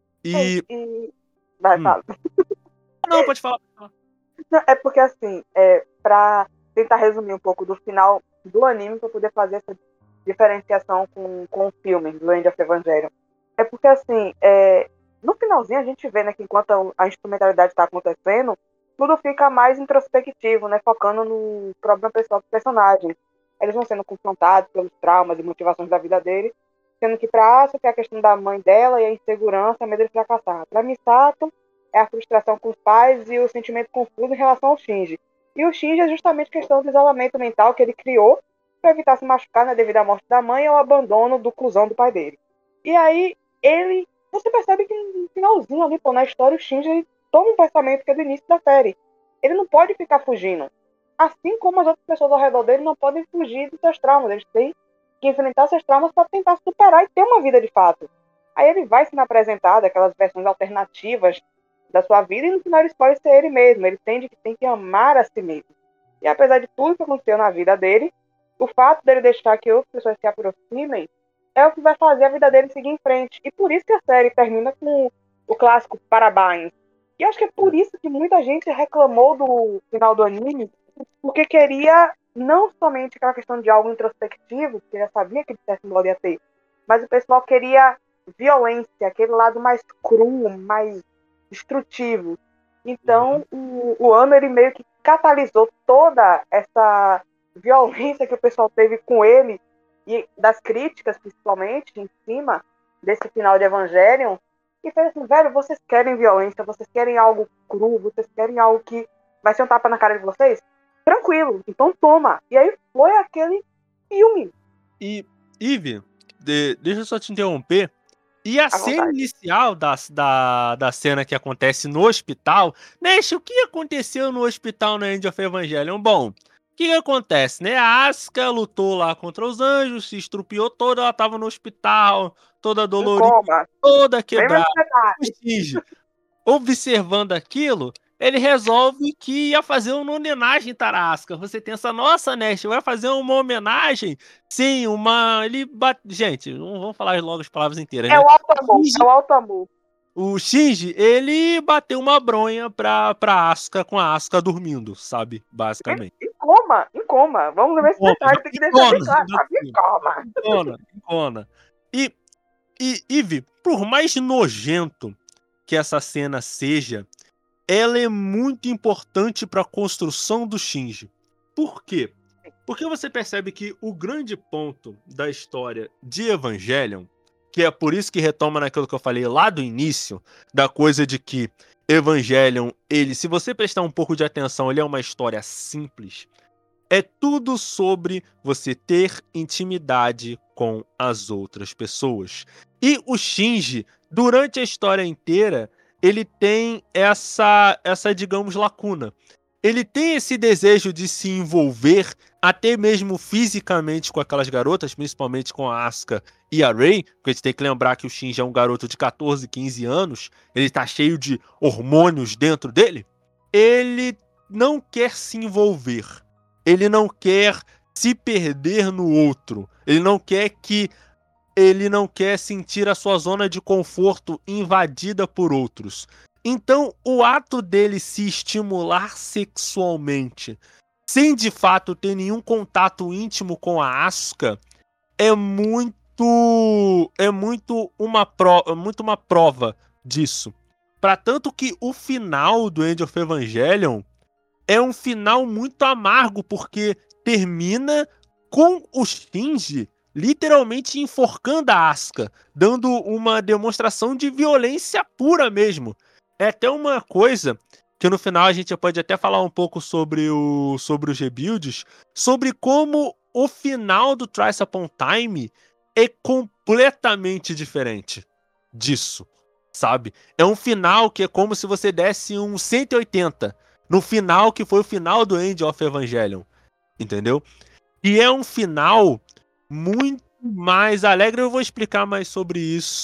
E, E... e... Vai, Hum. fala. Não, pode falar. Pode falar. Não, é porque assim, é, pra tentar resumir um pouco do final do anime, pra poder fazer essa diferenciação com, com o filme, do End of Evangelion. É porque assim, é, no finalzinho a gente vê, né, que enquanto a instrumentalidade está acontecendo, tudo fica mais introspectivo, né, focando no problema pessoal dos personagens. Eles vão sendo confrontados pelos traumas e motivações da vida deles, sendo que pra Asuka é a questão da mãe dela e a insegurança, medo de fracassar. Pra Misato é a frustração com os pais e o sentimento confuso em relação ao Shinji. E o Shinji é justamente a questão do isolamento mental que ele criou para evitar se machucar, né, devido à morte da mãe ou ao abandono do cuzão do pai dele. E aí, ele... Você percebe que no finalzinho ali, pô, na história, o Shinji ele toma um pensamento que é do início da série. Ele não pode ficar fugindo. Assim como as outras pessoas ao redor dele não podem fugir dos seus traumas. Eles têm que enfrentar seus traumas para tentar superar e ter uma vida de fato. Aí ele vai sendo apresentado aquelas versões alternativas da sua vida e no final ele escolhe ser ele mesmo. Ele entende que tem que amar a si mesmo. E apesar de tudo que aconteceu na vida dele, o fato dele deixar que outras pessoas se aproximem é o que vai fazer a vida dele seguir em frente. E por isso que a série termina com o clássico Parabéns. E eu acho que é por isso que muita gente reclamou do final do anime, porque queria não somente aquela questão de algo introspectivo, que já sabia que de certo modo ia ter, mas o pessoal queria violência, aquele lado mais cru, mais destrutivo. Então, o, o Anno, ele meio que catalisou toda essa violência que o pessoal teve com ele, e das críticas, principalmente, em cima desse final de Evangelion, e fez assim, velho, vocês querem violência, vocês querem algo cru, vocês querem algo que vai ser um tapa na cara de vocês? Tranquilo, então toma. E aí foi aquele filme. E, Ive, de, deixa eu só te interromper. E a À cena vontade. inicial da, da, da cena que acontece no hospital, Nesh, o que aconteceu no hospital no End of Evangelion? Bom, o que, que acontece, né? A Asuka lutou lá contra os anjos, se estrupiou toda, ela tava no hospital, toda Em dolorida, coma. toda Lembra quebrada. do detalhe? O Shinji, observando aquilo, ele resolve que ia fazer uma homenagem, Tarasca. Você pensa, nossa, Nesh, vai fazer uma homenagem? Sim, uma... Ele bate... Gente, não vamos falar logo as palavras inteiras, É né? o alto amor, Shinji, é o alto amor. o Shinji, ele bateu uma bronha pra, pra Asuka, com a Asuka dormindo, sabe? Basicamente. Em coma, em coma. Vamos ver esse Coma, detalhe, tem que deixar bem icona, claro. Sabe? Em coma. icona, icona. E, e, Ivy, por mais nojento que essa cena seja, ela é muito importante para a construção do Shinji. Por quê? Porque você percebe que o grande ponto da história de Evangelion que é por isso que retoma naquilo que eu falei lá do início, da coisa de que Evangelion, ele, se você prestar um pouco de atenção, ele é uma história simples. É tudo sobre você ter intimidade com as outras pessoas. E o Shinji, durante a história inteira, ele tem essa, essa, digamos, lacuna. Ele tem esse desejo de se envolver, até mesmo fisicamente, com aquelas garotas, principalmente com a Asuka e a Rei, porque a gente tem que lembrar que o Shinji é um garoto de catorze, quinze anos, ele tá cheio de hormônios dentro dele. Ele não quer se envolver. Ele não quer se perder no outro. Ele não quer que ele não quer sentir a sua zona de conforto invadida por outros. Então, o ato dele se estimular sexualmente, sem de fato ter nenhum contato íntimo com a Asuka, é muito é muito uma prova, muito uma prova disso. Para tanto que o final do End of Evangelion é um final muito amargo, porque termina com o Shinji literalmente enforcando a Asuka, dando uma demonstração de violência pura mesmo. É até uma coisa que no final a gente pode até falar um pouco sobre, o, sobre os rebuilds, sobre como o final do Thrice Upon Time é completamente diferente disso, sabe? É um final que é como se você desse um cento e oitenta no final que foi o final do End of Evangelion, entendeu? E é um final muito mais alegre. Eu vou explicar mais sobre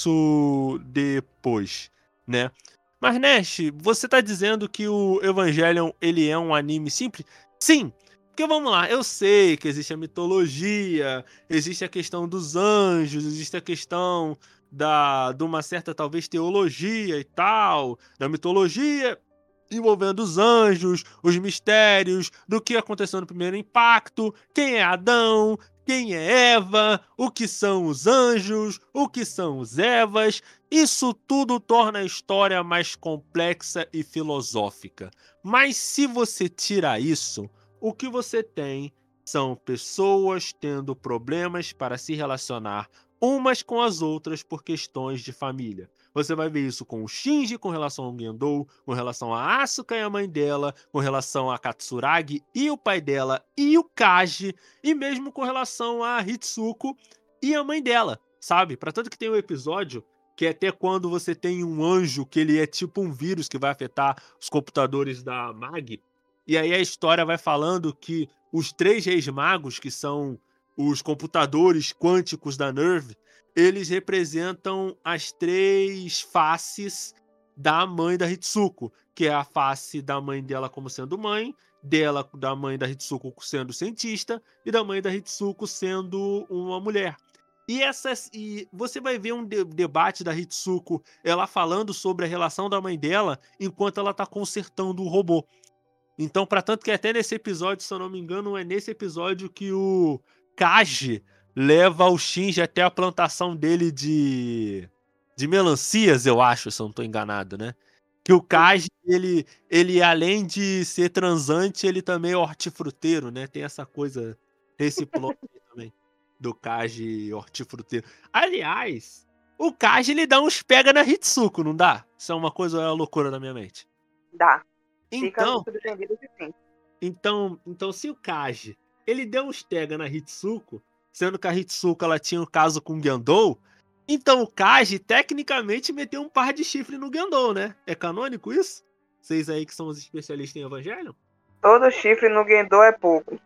isso depois, né? Mas, Nash, você tá dizendo que o Evangelion, ele é um anime simples? Sim, porque vamos lá, eu sei que existe a mitologia, existe a questão dos anjos, existe a questão da, de uma certa, talvez, teologia e tal, da mitologia envolvendo os anjos, os mistérios, do que aconteceu no primeiro impacto, quem é Adão, quem é Eva, o que são os anjos, o que são os Evas. Isso tudo torna a história mais complexa e filosófica. Mas se você tira isso, o que você tem são pessoas tendo problemas para se relacionar umas com as outras por questões de família. Você vai ver isso com o Shinji com relação ao Gendo, com relação a Asuka e a mãe dela, com relação a Katsuragi e o pai dela e o Kaji, e mesmo com relação a Hitsuko e a mãe dela, sabe? Para tanto que tem um episódio que é até quando você tem um anjo que ele é tipo um vírus que vai afetar os computadores da Mag, e aí a história vai falando que os três reis magos, que são os computadores quânticos da Nerve, eles representam as três faces da mãe da Hitsuko, que é a face da mãe dela como sendo mãe, dela da mãe da Hitsuko sendo cientista e da mãe da Hitsuko sendo uma mulher. E, essas, e você vai ver um de, debate da Hitsuko, ela falando sobre a relação da mãe dela enquanto ela tá consertando o robô. Então, para tanto que até nesse episódio, se eu não me engano, é nesse episódio que o Kaji leva o Shinji até a plantação dele de, de melancias, eu acho, se eu não tô enganado, né? Que o Kaji, ele, ele além de ser transante, ele também é hortifruteiro, né? Tem essa coisa, esse plot também do Kaji hortifruteiro. Aliás, o Kaji, ele dá uns pega na Hitsuko, não dá? Isso é uma coisa, é uma loucura na minha mente. Dá. Então, Fica subentendido que sim. Então, então, se o Kaji, ele deu uns pega na Hitsuko, sendo que a Hitsuko ela tinha um caso com o Gendo, então o Kaji tecnicamente meteu um par de chifre no Gendo, né? É canônico isso? Vocês aí que são os especialistas em Evangelion? Todo chifre no Gendo é pouco.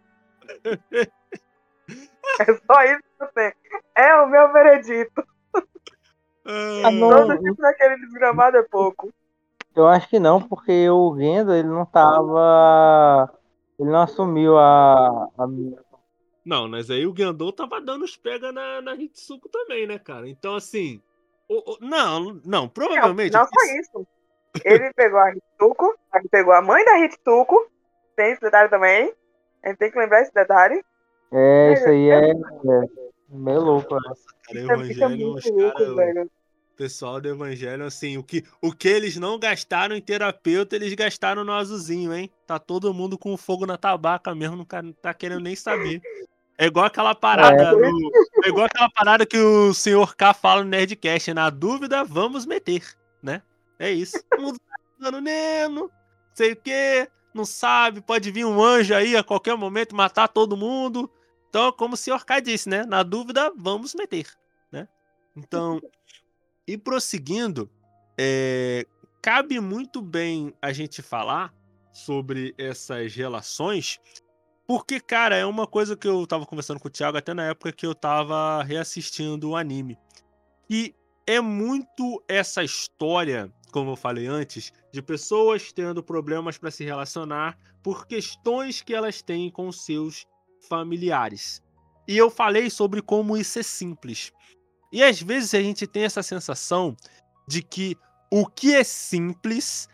É só isso que eu tenho. É o meu veredito. Ah, Todo chifre naquele desgramado é pouco. Eu acho que não, porque o Gendo, ele não tava... Ele não assumiu a... a... Não, mas aí o Gendo tava dando os pega na, na Hitsuko também, né, cara? Então, assim... O, o, não, não, provavelmente... Não, não só isso. Ele pegou a Hitsuko, ele pegou a mãe da Hitsuko, tem esse detalhe também. A gente tem que lembrar esse detalhe. É, isso aí é, é meio louco, né? Nossa, cara, Isso é- isso é Evangelho, muito os louco, caras... velho. O pessoal do Evangelho, assim, o que, o que eles não gastaram em terapeuta, eles gastaram no azulzinho, hein? Tá todo mundo com fogo na tabaca mesmo, não tá querendo nem saber. É igual aquela parada É. no, é igual aquela parada que o senhor K fala no Nerdcast. Na dúvida, vamos meter, né? É isso. O mundo tá dando neno, sei o quê, não sabe, pode vir um anjo aí a qualquer momento matar todo mundo. Então, como o senhor K disse, né? Na dúvida, vamos meter, né? Então, e prosseguindo, é, cabe muito bem a gente falar sobre essas relações, porque, cara, é uma coisa que eu tava conversando com o Thiago até na época que eu tava reassistindo o anime. E é muito essa história, como eu falei antes, de pessoas tendo problemas para se relacionar por questões que elas têm com seus familiares. E eu falei sobre como isso é simples. E às vezes a gente tem essa sensação de que o que é simples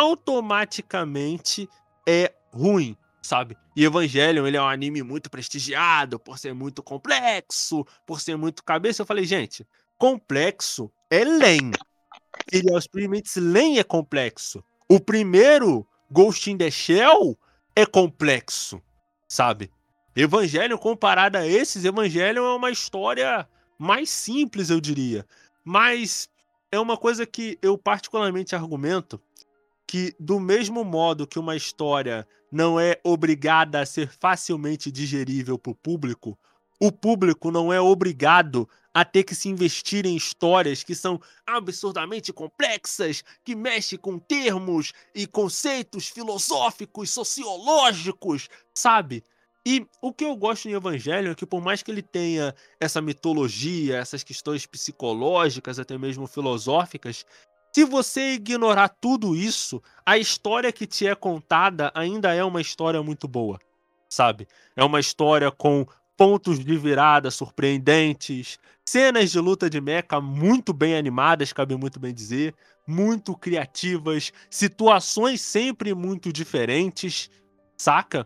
automaticamente é ruim, sabe? E Evangelion, ele é um anime muito prestigiado por ser muito complexo, por ser muito cabeça. Eu falei, gente, complexo é Len. Serial Experiments Len é complexo. O primeiro, Ghost in the Shell, é complexo, sabe? Evangelion, comparado a esses, Evangelion é uma história mais simples, eu diria. Mas é uma coisa que eu particularmente argumento que, do mesmo modo que uma história não é obrigada a ser facilmente digerível para o público, o público não é obrigado a ter que se investir em histórias que são absurdamente complexas, que mexem com termos e conceitos filosóficos, sociológicos, sabe? E o que eu gosto em Evangelho é que, por mais que ele tenha essa mitologia, essas questões psicológicas, até mesmo filosóficas, se você ignorar tudo isso, a história que te é contada ainda é uma história muito boa, sabe? É uma história com pontos de virada surpreendentes, cenas de luta de mecha muito bem animadas, cabe muito bem dizer, muito criativas, situações sempre muito diferentes, saca?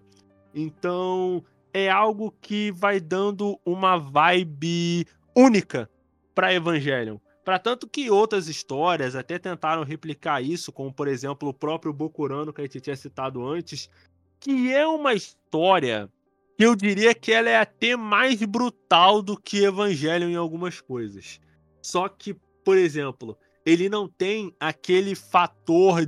Então, é algo que vai dando uma vibe única para Evangelion. Para tanto que outras histórias até tentaram replicar isso, como por exemplo o próprio Bokurano que a gente tinha citado antes, que é uma história que eu diria que ela é até mais brutal do que Evangelion em algumas coisas. Só que, por exemplo, ele não tem aquele fator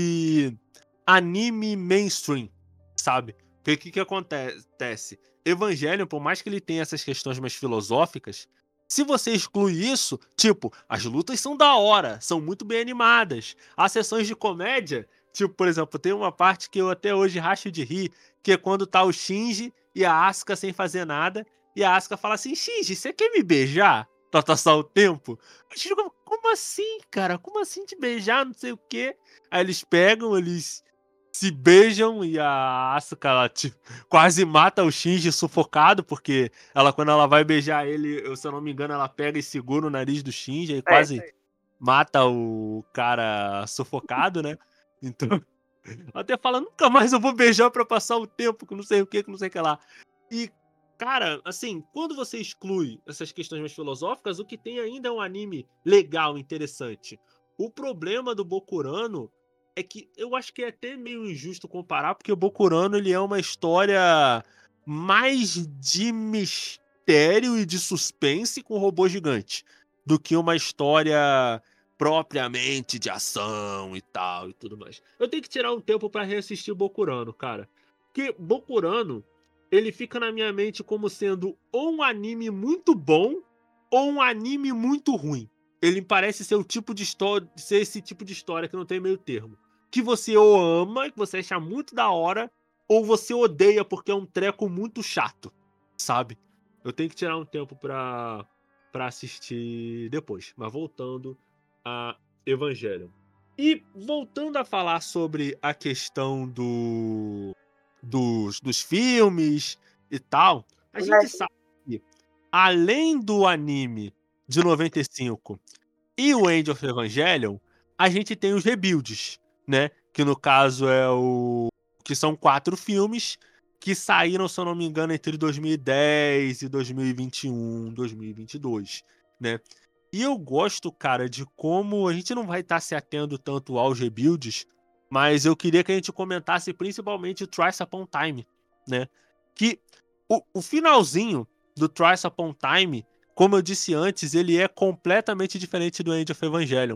de anime mainstream, sabe? Porque o que, que acontece? Evangelion, por mais que ele tenha essas questões mais filosóficas, se você exclui isso, tipo, as lutas são da hora, são muito bem animadas. As sessões de comédia, tipo, por exemplo, tem uma parte que eu até hoje racho de rir, que é quando tá o Shinji e a Asuka sem fazer nada, e a Asuka fala assim, Shinji, você quer me beijar? Pra passar o tempo? O Shinji, como assim, cara? Como assim te beijar? Não sei o quê. Aí eles pegam, eles se beijam e a Asuka, ela, tipo, quase mata o Shinji sufocado, porque ela, quando ela vai beijar ele, eu, se eu não me engano, ela pega e segura o nariz do Shinji e quase É. mata o cara sufocado, né? Então, até fala, nunca mais eu vou beijar pra passar o tempo, que não sei o que, que não sei o que lá. E, cara, assim, quando você exclui essas questões mais filosóficas, o que tem ainda é um anime legal, interessante. O problema do Bokurano é que eu acho que é até meio injusto comparar, porque o Bokurano, ele é uma história mais de mistério e de suspense com robô gigante, do que uma história propriamente de ação e tal e tudo mais. Eu tenho que tirar um tempo pra reassistir Bokurano, cara. Porque Bokurano, ele fica na minha mente como sendo ou um anime muito bom ou um anime muito ruim. Ele parece ser o tipo de história, ser esse tipo de história que não tem meio termo. Que você ou ama, que você acha muito da hora, ou você odeia porque é um treco muito chato, sabe? Eu tenho que tirar um tempo pra, pra assistir depois. Mas voltando a Evangelion. E voltando a falar sobre a questão do, dos, dos filmes e tal, a gente sabe que, além do anime de noventa e cinco e o End of Evangelion, a gente tem os rebuilds, né? Que no caso é o... que são quatro filmes que saíram, se eu não me engano, entre dois mil e dez e dois mil e vinte e um, dois mil e vinte e dois, né? E eu gosto, cara, de como a gente não vai estar se atendo tanto aos rebuilds, mas eu queria que a gente comentasse principalmente o Thrice Upon Time, né? Que o, o finalzinho do Thrice Upon Time, como eu disse antes, ele é completamente diferente do End of Evangelion.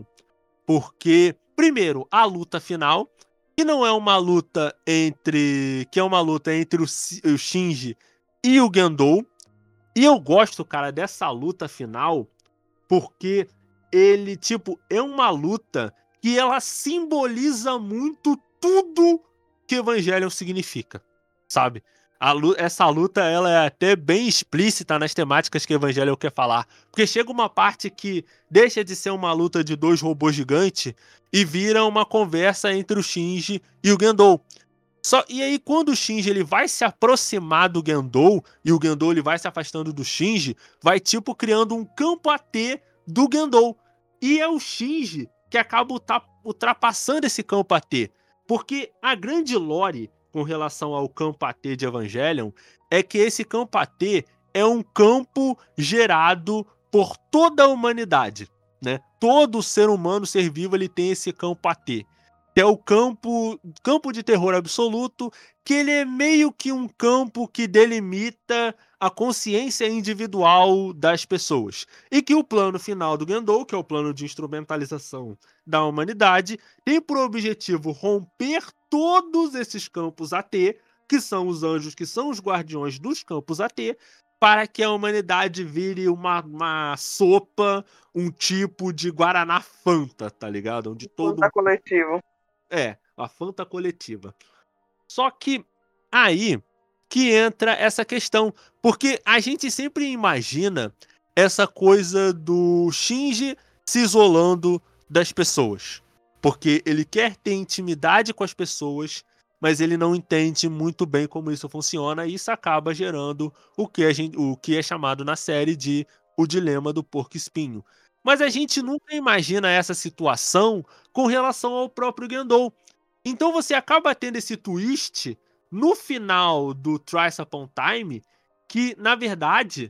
Porque, primeiro, a luta final, que não é uma luta entre. Que é uma luta entre o, o Shinji e o Gendou. E eu gosto, cara, dessa luta final, porque ele, tipo, é uma luta que ela simboliza muito tudo que Evangelion significa, sabe? A luta, essa luta, ela é até bem explícita nas temáticas que Evangelion quer falar. Porque chega uma parte que deixa de ser uma luta de dois robôs gigantes e vira uma conversa entre o Shinji e o Gendou. Só, e aí, quando o Shinji ele vai se aproximar do Gendou e o Gendou ele vai se afastando do Shinji, vai tipo criando um campo A T do Gendou. E é o Shinji que acaba ultrapassando esse campo A T. Porque a grande lore com relação ao campo A T de Evangelion é que esse campo A T é um campo gerado por toda a humanidade, né? Todo ser humano, ser vivo, ele tem esse campo A T. Que é o campo, campo de terror absoluto, que ele é meio que um campo que delimita a consciência individual das pessoas. E que o plano final do Gendou, que é o plano de instrumentalização da humanidade, tem por objetivo romper todos esses campos A T, que são os anjos, que são os guardiões dos campos A T, para que a humanidade vire uma, uma sopa, um tipo de Guaraná Fanta, tá ligado? Onde todo Fanta coletivo. É, a Fanta coletiva. Só que aí que entra essa questão, porque a gente sempre imagina essa coisa do Shinji se isolando das pessoas, porque ele quer ter intimidade com as pessoas, mas ele não entende muito bem como isso funciona e isso acaba gerando o que, a gente, o que é chamado na série de o dilema do porco-espinho. Mas a gente nunca imagina essa situação com relação ao próprio Gendou. Então você acaba tendo esse twist no final do Thrice Upon Time, que, na verdade,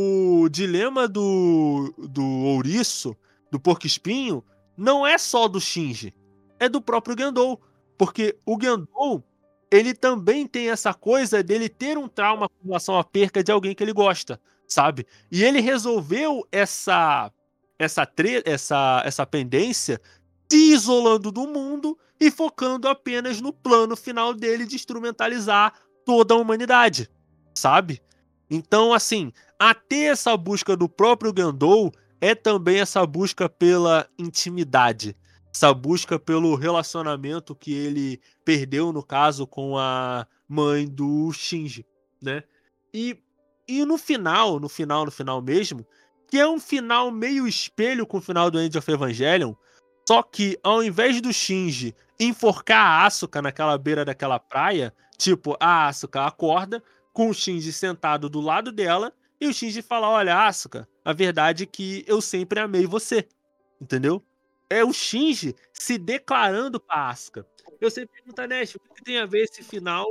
o dilema do, do ouriço, do porco-espinho, não é só do Shinji, é do próprio Gendou. Porque o Gendou, ele também tem essa coisa dele ter um trauma com relação à perca de alguém que ele gosta, sabe? E ele resolveu essa, essa, tre essa, essa pendência se isolando do mundo e focando apenas no plano final dele de instrumentalizar toda a humanidade, sabe? Então, assim, até essa busca do próprio Gendou é também essa busca pela intimidade, essa busca pelo relacionamento que ele perdeu, no caso, com a mãe do Shinji, né? E, e no final, no final, no final mesmo, que é um final meio espelho com o final do End of Evangelion, só que ao invés do Shinji enforcar a Asuka naquela beira daquela praia, tipo, a Asuka acorda com o Shinji sentado do lado dela e o Shinji fala, olha, Asuka, a verdade é que eu sempre amei você, entendeu? É o Shinji se declarando pra Asuka. Eu sempre pergunto, Nest, o que tem a ver esse final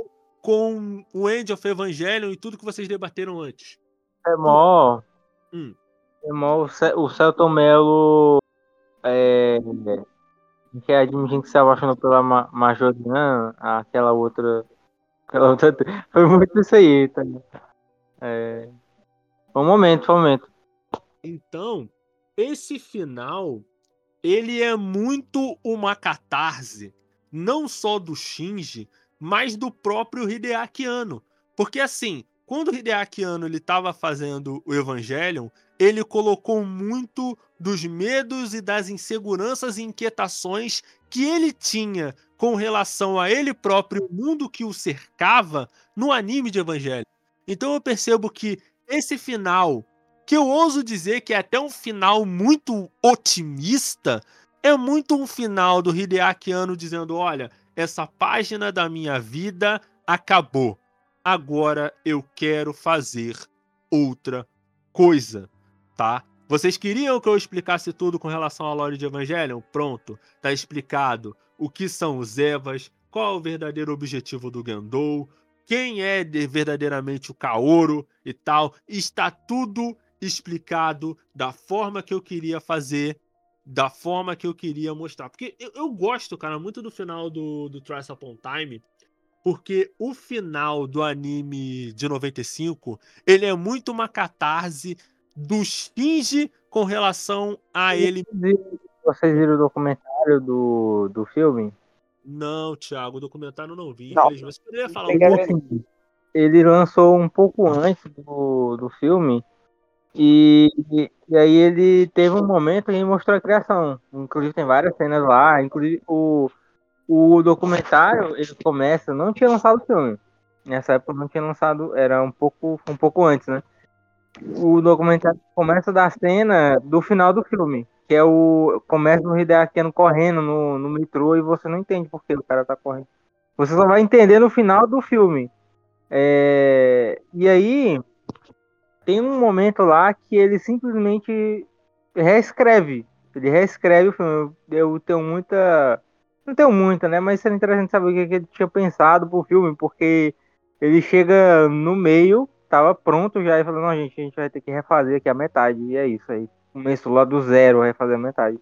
com o End of Evangelion e tudo que vocês debateram antes? É mó... Hum. É mó... O Celton Mello... É... Que admitir que se apaixonou pela Ma Majorian, aquela outra... Aquela outra... Foi muito isso aí, tá? É... Foi um momento, foi um momento. Então, esse final, ele é muito uma catarse, não só do Shinji, mas do próprio Hideaki Anno. Porque assim, quando o Hideaki Anno ele estava fazendo o Evangelion, ele colocou muito dos medos e das inseguranças e inquietações que ele tinha com relação a ele próprio, o mundo que o cercava, no anime de Evangelion. Então eu percebo que esse final, que eu ouso dizer que é até um final muito otimista, é muito um final do Hideaki Anno dizendo, olha, essa página da minha vida acabou. Agora eu quero fazer outra coisa, tá? Vocês queriam que eu explicasse tudo com relação à lore de Evangelion? Pronto, tá explicado o que são os Evas, qual é o verdadeiro objetivo do Gendou, quem é verdadeiramente o Kaoru e tal. Está tudo explicado da forma que eu queria fazer, da forma que eu queria mostrar. Porque eu, eu gosto, cara, muito do final do, do Thrice Upon Time, porque o final do anime de noventa e cinco, ele é muito uma catarse do Shinji com relação a ele. Vocês viram o documentário do, do filme? Não, Thiago, o documentário eu não vi, Não. infelizmente. Você poderia falar um Cheguei a pouco? ver. Assim, ele lançou um pouco antes do, do filme. E, e aí ele teve um momento em que mostrou a criação. Inclusive tem várias cenas lá. Inclusive o, o documentário, ele começa, não tinha lançado o filme. Nessa época não tinha lançado, era um pouco, um pouco antes, né? O documentário começa da cena do final do filme. Que é o. Começa o Hideaki Anno correndo no, no metrô e você não entende por que o cara tá correndo. Você só vai entender no final do filme. É, e aí, tem um momento lá que ele simplesmente reescreve. Ele reescreve o filme. Eu, eu tenho muita. Não tenho muita, né? Mas seria interessante saber o que, que ele tinha pensado pro filme, porque ele chega no meio, tava pronto já, e falou, não, gente, a gente vai ter que refazer aqui a metade. E é isso aí. Começou lá do zero, refazer a metade.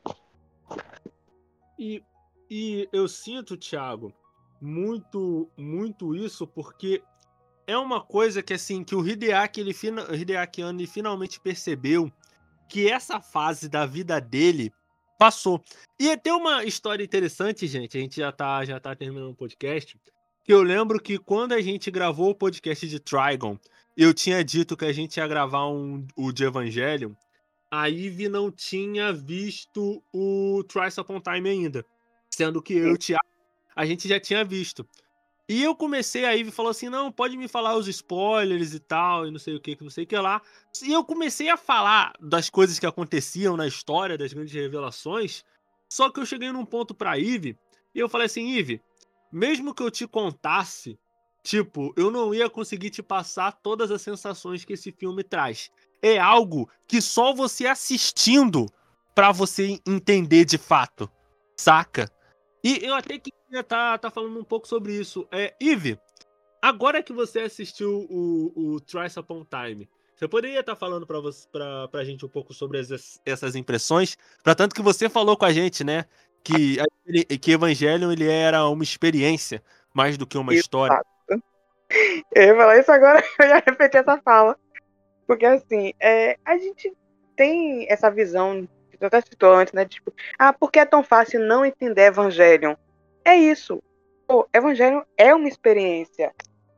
E, e eu sinto, Thiago, muito, muito isso, porque é uma coisa que, assim, que o Hideaki, ele, o Hideaki Anno, ele finalmente percebeu que essa fase da vida dele passou. E tem uma história interessante, gente, a gente já tá, já tá terminando o podcast, que eu lembro que quando a gente gravou o podcast de Trigon, eu tinha dito que a gente ia gravar um, o de Evangelion, a Ivy não tinha visto o Thrice Upon Time ainda, sendo que eu e o Thiago, a gente já tinha visto. E eu comecei, a Ivy falou assim, não, pode me falar os spoilers e tal, e não sei o que, que não sei o que lá. E eu comecei a falar das coisas que aconteciam na história, das grandes revelações, só que eu cheguei num ponto pra Ivy, e eu falei assim, Ivy, mesmo que eu te contasse, tipo, eu não ia conseguir te passar todas as sensações que esse filme traz. É algo que só você assistindo pra você entender de fato, saca? E eu até queria tá, tá falando um pouco sobre isso. É, Ivy, agora que você assistiu o, o Thrice Upon Time, você poderia estar falando pra, você, pra, pra gente um pouco sobre as, essas impressões? Pra tanto que você falou com a gente, né? Que, que Evangelion ele era uma experiência mais do que uma história. Exato. Eu ia falar isso agora, eu ia repetir essa fala. Porque assim, é, a gente tem essa visão, que tu até citou antes, né? Tipo, ah, por que é tão fácil não entender Evangelion? É isso. Pô, Evangelion é uma experiência.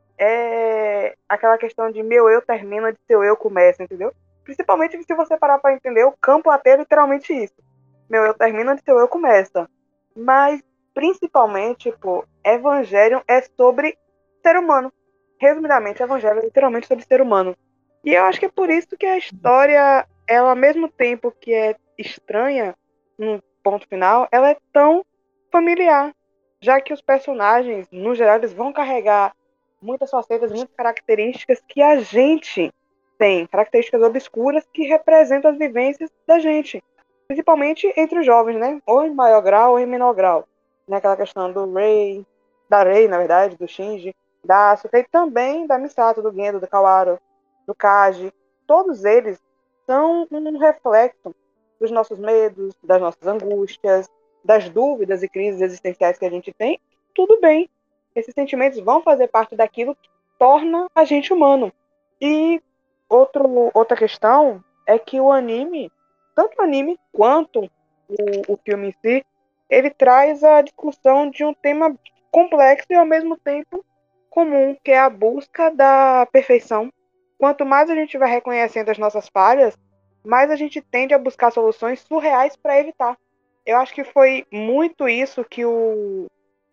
É aquela questão de meu eu termina de seu eu começa, entendeu? Principalmente se você parar pra entender, o campo até é literalmente isso. Meu eu termina de seu eu começa. Mas, principalmente, pô, Evangelion é sobre ser humano. Resumidamente, Evangelho é literalmente sobre ser humano. E eu acho que é por isso que a história, ela ao mesmo tempo que é estranha, no ponto final, ela é tão familiar. Já que os personagens, no geral, eles vão carregar muitas facetas, muitas características que a gente tem. Características obscuras que representam as vivências da gente. Principalmente entre os jovens, né? Ou em maior grau ou em menor grau. Né? Aquela questão do Rei, da Rei, na verdade, do Shinji, da Asuka e também da Misato, do Gendo, do Kawaro, do Kaji. Todos eles são um reflexo dos nossos medos, das nossas angústias, das dúvidas e crises existenciais que a gente tem. Tudo bem. Esses sentimentos vão fazer parte daquilo que torna a gente humano. E outro, outra questão é que o anime, tanto o anime quanto o, o filme em si, ele traz a discussão de um tema complexo e ao mesmo tempo comum, que é a busca da perfeição. Quanto mais a gente vai reconhecendo as nossas falhas, mais a gente tende a buscar soluções surreais para evitar. Eu acho que foi muito isso que o,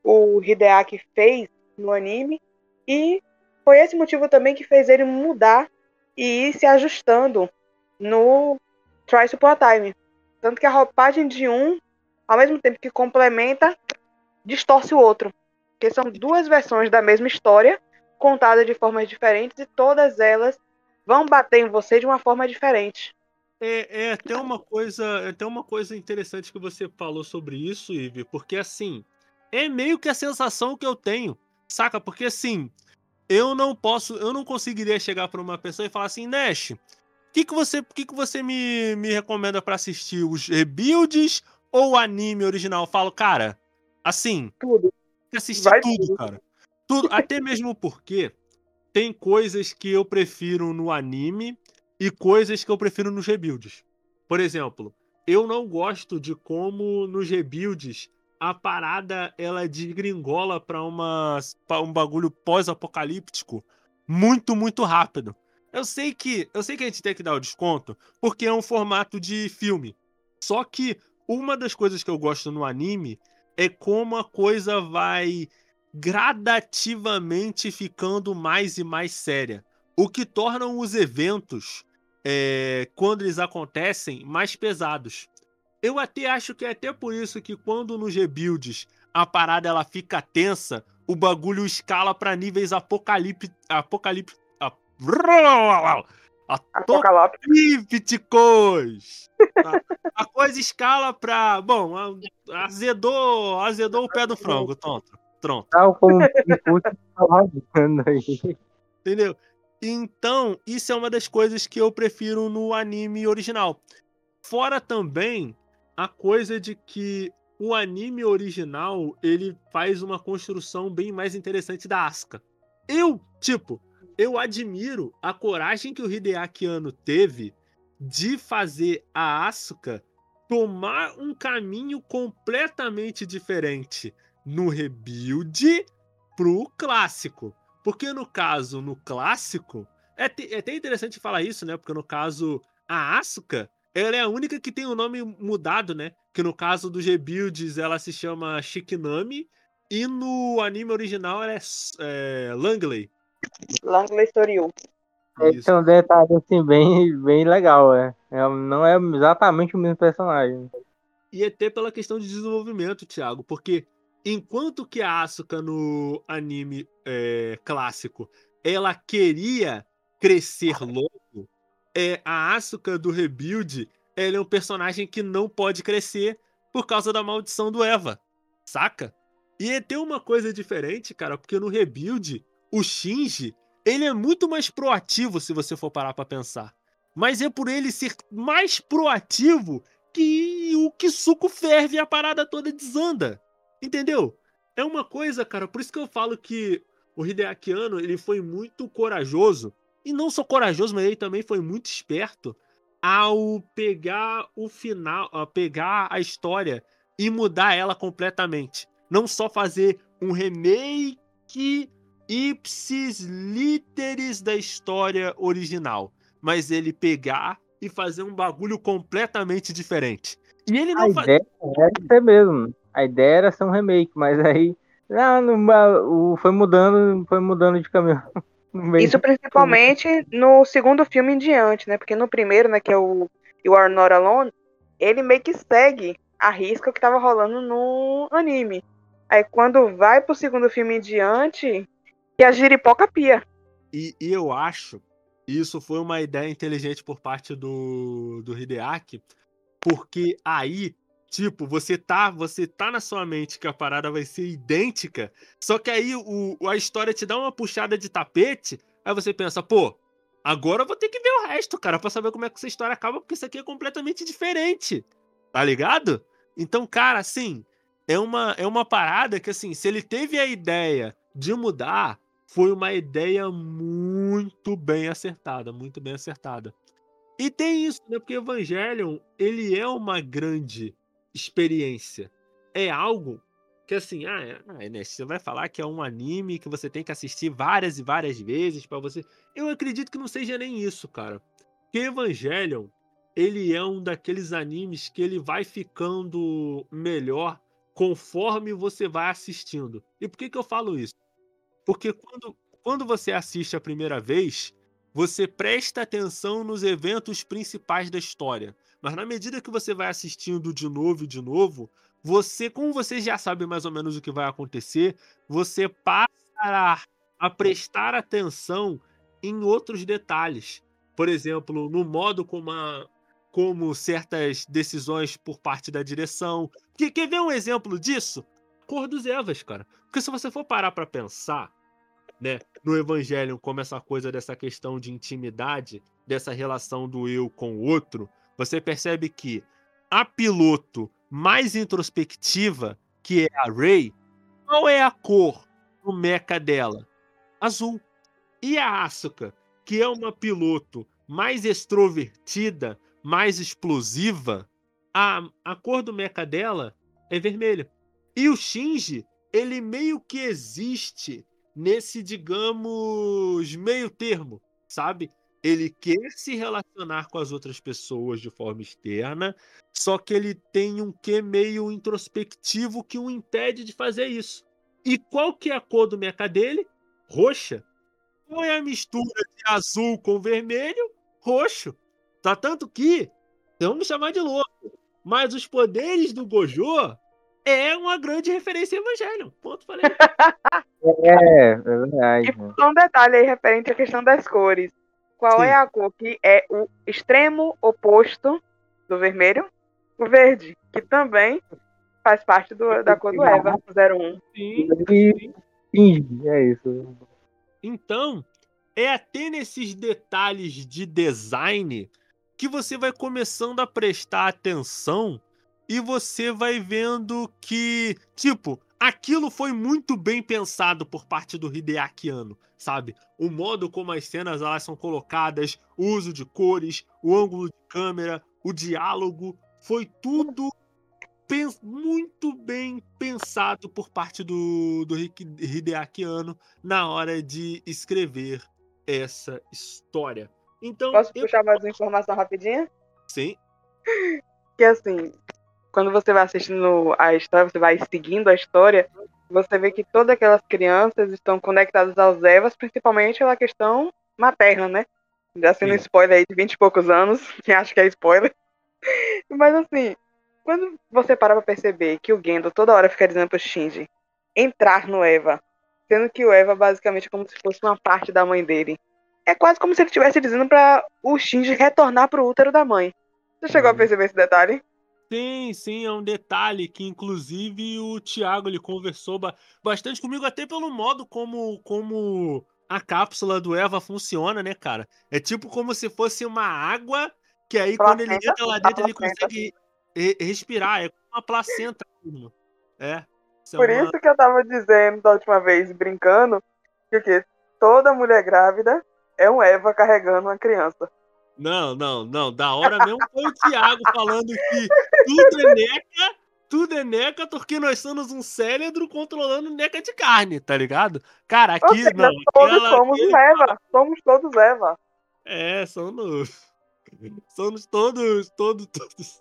o Hideaki fez no anime, e foi esse motivo também que fez ele mudar e ir se ajustando no Thrice Upon a Time. Tanto que a roupagem de um, ao mesmo tempo que complementa, distorce o outro. Porque são duas versões da mesma história, contadas de formas diferentes, e todas elas vão bater em você de uma forma diferente. É, é até uma coisa, é até uma coisa interessante que você falou sobre isso, Ivy, porque assim, é meio que a sensação que eu tenho, saca? Porque assim, eu não posso, eu não conseguiria chegar para uma pessoa e falar assim, Nash, o que, que você, que que você me, me recomenda para assistir? Os rebuilds ou o anime original? Eu falo, cara, assim, Tudo. assistir Vai tudo, tudo. cara. Tudo, até mesmo porque tem coisas que eu prefiro no anime e coisas que eu prefiro nos rebuilds. Por exemplo, eu não gosto de como nos rebuilds a parada ela desgringola pra, uma, pra um bagulho pós-apocalíptico muito, muito rápido. Eu sei que eu sei que a gente tem que dar o desconto porque é um formato de filme. Só que uma das coisas que eu gosto no anime é como a coisa vai gradativamente ficando mais e mais séria. O que torna os eventos, é, quando eles acontecem, mais pesados. Eu até acho que é até por isso que quando nos rebuilds a parada ela fica tensa, o bagulho escala para níveis apocalípticos. Apocalip, Apocalipse. apocalípticos! A, a coisa escala pra. Bom, azedou, azedou o pé do frango, tonto. Pronto. Tal como o Bigfoot tá rasgando aí. Entendeu? Então, isso é uma das coisas que eu prefiro no anime original. Fora também a coisa de que o anime original, ele faz uma construção bem mais interessante da Asuka. Eu, tipo, eu admiro a coragem que o Hideaki Anno teve de fazer a Asuka tomar um caminho completamente diferente no rebuild pro clássico. Porque no caso, no clássico, é, te, é até interessante falar isso, né? Porque no caso, a Asuka, ela é a única que tem o nome mudado, né? Que no caso dos rebuilds, ela se chama Shikinami. E no anime original, ela é, é Langley. Langley Soryu. Esse é um detalhe assim, bem, bem legal, é. é. Não é exatamente o mesmo personagem. E até pela questão de desenvolvimento, Thiago, porque enquanto que a Asuka no anime é, clássico, ela queria crescer logo, é, a Asuka do Rebuild, ela é um personagem que não pode crescer por causa da maldição do Eva, saca? E tem uma coisa diferente, cara, porque no Rebuild, o Shinji, ele é muito mais proativo se você for parar pra pensar. Mas é por ele ser mais proativo que o Kisuko ferve e a parada toda desanda. Entendeu? É uma coisa, cara, por isso que eu falo que o Hideaki Anno, ele foi muito corajoso, e não só corajoso, mas ele também foi muito esperto ao pegar o final, a pegar a história e mudar ela completamente. Não só fazer um remake ipsis literis da história original, mas ele pegar e fazer um bagulho completamente diferente. E ele não A faz... ideia era ser mesmo. A ideia era ser um remake, mas aí não, não, foi mudando, foi mudando de caminho. Isso principalmente no segundo filme em diante, né? Porque no primeiro, né, que é o You Are Not Alone, ele meio que segue a risca que tava rolando no anime. Aí quando vai pro segundo filme em diante, que a giripoca pia. E, e eu acho isso foi uma ideia inteligente por parte do, do Hideaki, porque aí, tipo, você tá, você tá na sua mente que a parada vai ser idêntica, só que aí o, a história te dá uma puxada de tapete, aí você pensa, pô, agora eu vou ter que ver o resto, cara, pra saber como é que essa história acaba, porque isso aqui é completamente diferente, tá ligado? Então, cara, assim, é uma, é uma parada que, assim, se ele teve a ideia de mudar, foi uma ideia muito bem acertada, muito bem acertada. E tem isso, né? Porque Evangelion, ele é uma grande experiência. É algo que, assim, ah, é, ah, né, você vai falar que é um anime que você tem que assistir várias e várias vezes pra você... Eu acredito que não seja nem isso, cara. Porque Evangelion, ele é um daqueles animes que ele vai ficando melhor conforme você vai assistindo. E por que que eu falo isso? Porque quando, quando você assiste a primeira vez, você presta atenção nos eventos principais da história. Mas na medida que você vai assistindo de novo e de novo, você, como você já sabe mais ou menos o que vai acontecer, você passa a, a prestar atenção em outros detalhes. Por exemplo, no modo como, a, como certas decisões por parte da direção. Que, quer ver um exemplo disso? Cor dos Evas, cara. Porque se você for parar pra pensar, né, no Evangelion, como essa coisa dessa questão de intimidade, dessa relação do eu com o outro, você percebe que a piloto mais introspectiva, que é a Rei, qual é a cor do mecha dela? Azul. E a Asuka, que é uma piloto mais extrovertida, mais explosiva, a, a cor do mecha dela é vermelha. E o Shinji, ele meio que existe nesse, digamos, meio termo, sabe? Ele quer se relacionar com as outras pessoas de forma externa, só que ele tem um quê meio introspectivo que o impede de fazer isso. E qual que é a cor do mecha dele? Roxa. Qual é a mistura de azul com vermelho? Roxo. Tá tanto que, vamos me chamar de louco, mas os poderes do Gojo é uma grande referência a Evangelion. Ponto, falei. É, é verdade. E só um detalhe aí referente à questão das cores. Qual Sim. é a cor que é o extremo oposto do vermelho? O verde, que também faz parte do, da cor do Eva, zero um. Sim. E Shinji, é isso. Então, é até nesses detalhes de design que você vai começando a prestar atenção e você vai vendo que, tipo, aquilo foi muito bem pensado por parte do Hideaki Anno, sabe? O modo como as cenas elas são colocadas, o uso de cores, o ângulo de câmera, o diálogo, foi tudo pen- muito bem pensado por parte do, do Hik- Hideaki Anno na hora de escrever essa história. Então, Posso eu puxar mais uma informação rapidinha? sim, Que assim, quando você vai assistindo a história, você vai seguindo a história, você vê que todas aquelas crianças estão conectadas aos Evas, principalmente pela questão materna, né? Já sendo Sim. spoiler aí de vinte e poucos anos, quem acha que é spoiler. Mas assim, quando você para pra perceber que o Gendo toda hora fica dizendo pro Shinji entrar no Eva, sendo que o Eva basicamente é como se fosse uma parte da mãe dele. É quase como se ele estivesse dizendo pra o Shinji retornar pro útero da mãe. Você chegou a Uhum. perceber esse detalhe? Sim, sim, é um detalhe que inclusive o Thiago ele conversou ba- bastante comigo, até pelo modo como, como a cápsula do Eva funciona, né, cara? É tipo como se fosse uma água que aí quando ele Placenta? entra lá A dentro ele placenta. consegue re- respirar, é como uma placenta mesmo. É, isso é Por uma... isso que eu tava dizendo da última vez, brincando, que o quê? Toda mulher grávida é um Eva carregando uma criança. Não, não, não, da hora mesmo foi o Thiago falando que tudo é neca, tudo é neca porque nós somos um cérebro controlando neca de carne, tá ligado? Cara, Ou aqui, não, seja, todos aquela, somos um aquele, Eva. Somos todos Eva. é, somos, somos todos, todos, todos.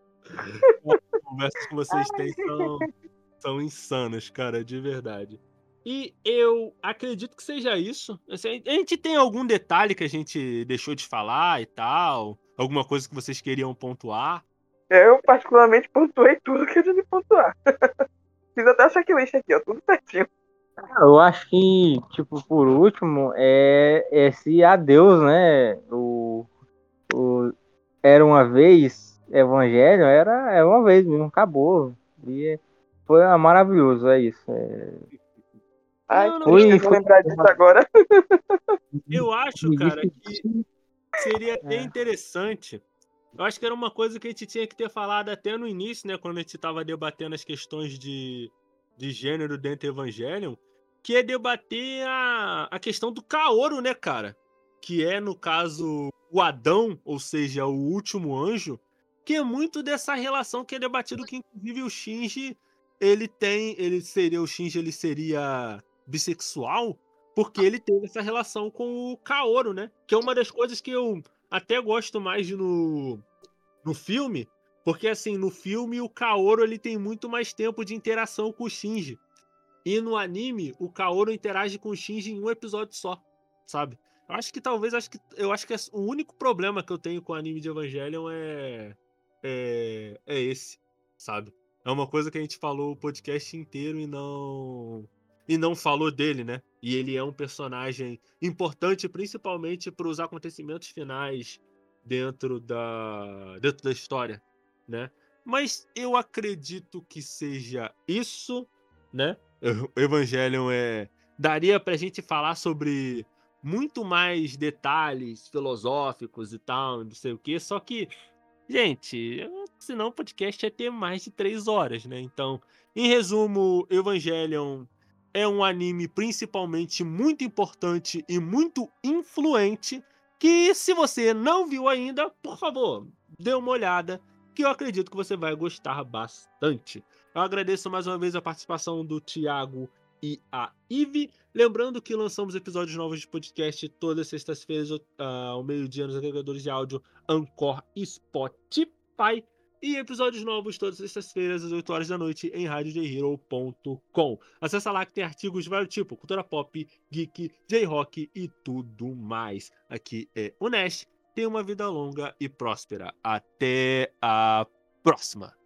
As conversas que vocês têm são, são insanas, cara, de verdade. E eu acredito que seja isso. Assim, a gente tem algum detalhe que a gente deixou de falar e tal? Alguma coisa que vocês queriam pontuar? Eu, particularmente, pontuei tudo que eu tinha de pontuar. Fiz até a checklist aqui, ó, tudo certinho. Eu acho que, tipo, por último, é esse adeus, né? O, o Era uma vez, Evangelho, era, era uma vez mesmo, acabou. E foi ah, maravilhoso, é isso. É, Ai, Não, que não, eu, foi, tristeza foi lembrar disso agora. eu acho, me cara, disse. que seria até É. interessante. Eu acho que era uma coisa que a gente tinha que ter falado até no início, né? Quando a gente tava debatendo as questões de, de gênero dentro do Evangelion, que é debater a, a questão do Kaoru, né, cara? Que é, no caso, o Adão, ou seja, o último anjo, que é muito dessa relação que é debatido, que inclusive o Shinji, ele tem, ele seria, o Shinji, ele seria bissexual, porque ele teve essa relação com o Kaoru, né? Que é uma das coisas que eu até gosto mais de no, no filme, porque assim, no filme o Kaoru ele tem muito mais tempo de interação com o Shinji. E no anime, o Kaoru interage com o Shinji em um episódio só, sabe? Eu acho que talvez, acho que, eu acho que o único problema que eu tenho com o anime de Evangelion é, é, é esse, sabe? É uma coisa que a gente falou o podcast inteiro e não e não falou dele, né? E ele é um personagem importante principalmente para os acontecimentos finais dentro da dentro da história, né? Mas eu acredito que seja isso, né? O Evangelion é daria pra gente falar sobre muito mais detalhes filosóficos e tal, não sei o quê, só que, gente, senão o podcast ia ter mais de três horas, né? Então, em resumo, Evangelion é um anime principalmente muito importante e muito influente, que se você não viu ainda, por favor, dê uma olhada, que eu acredito que você vai gostar bastante. Eu agradeço mais uma vez a participação do Thiago e a Ive. Lembrando que lançamos episódios novos de podcast todas as sextas-feiras, uh, ao meio-dia, nos agregadores de áudio Anchor e Spotify. E episódios novos todas as sextas-feiras, às oito horas da noite, em rádio j hero ponto com. Acesse lá que tem artigos de vários tipos: cultura pop, geek, J-rock e tudo mais. Aqui é o Nash. Tenha uma vida longa e próspera. Até a próxima!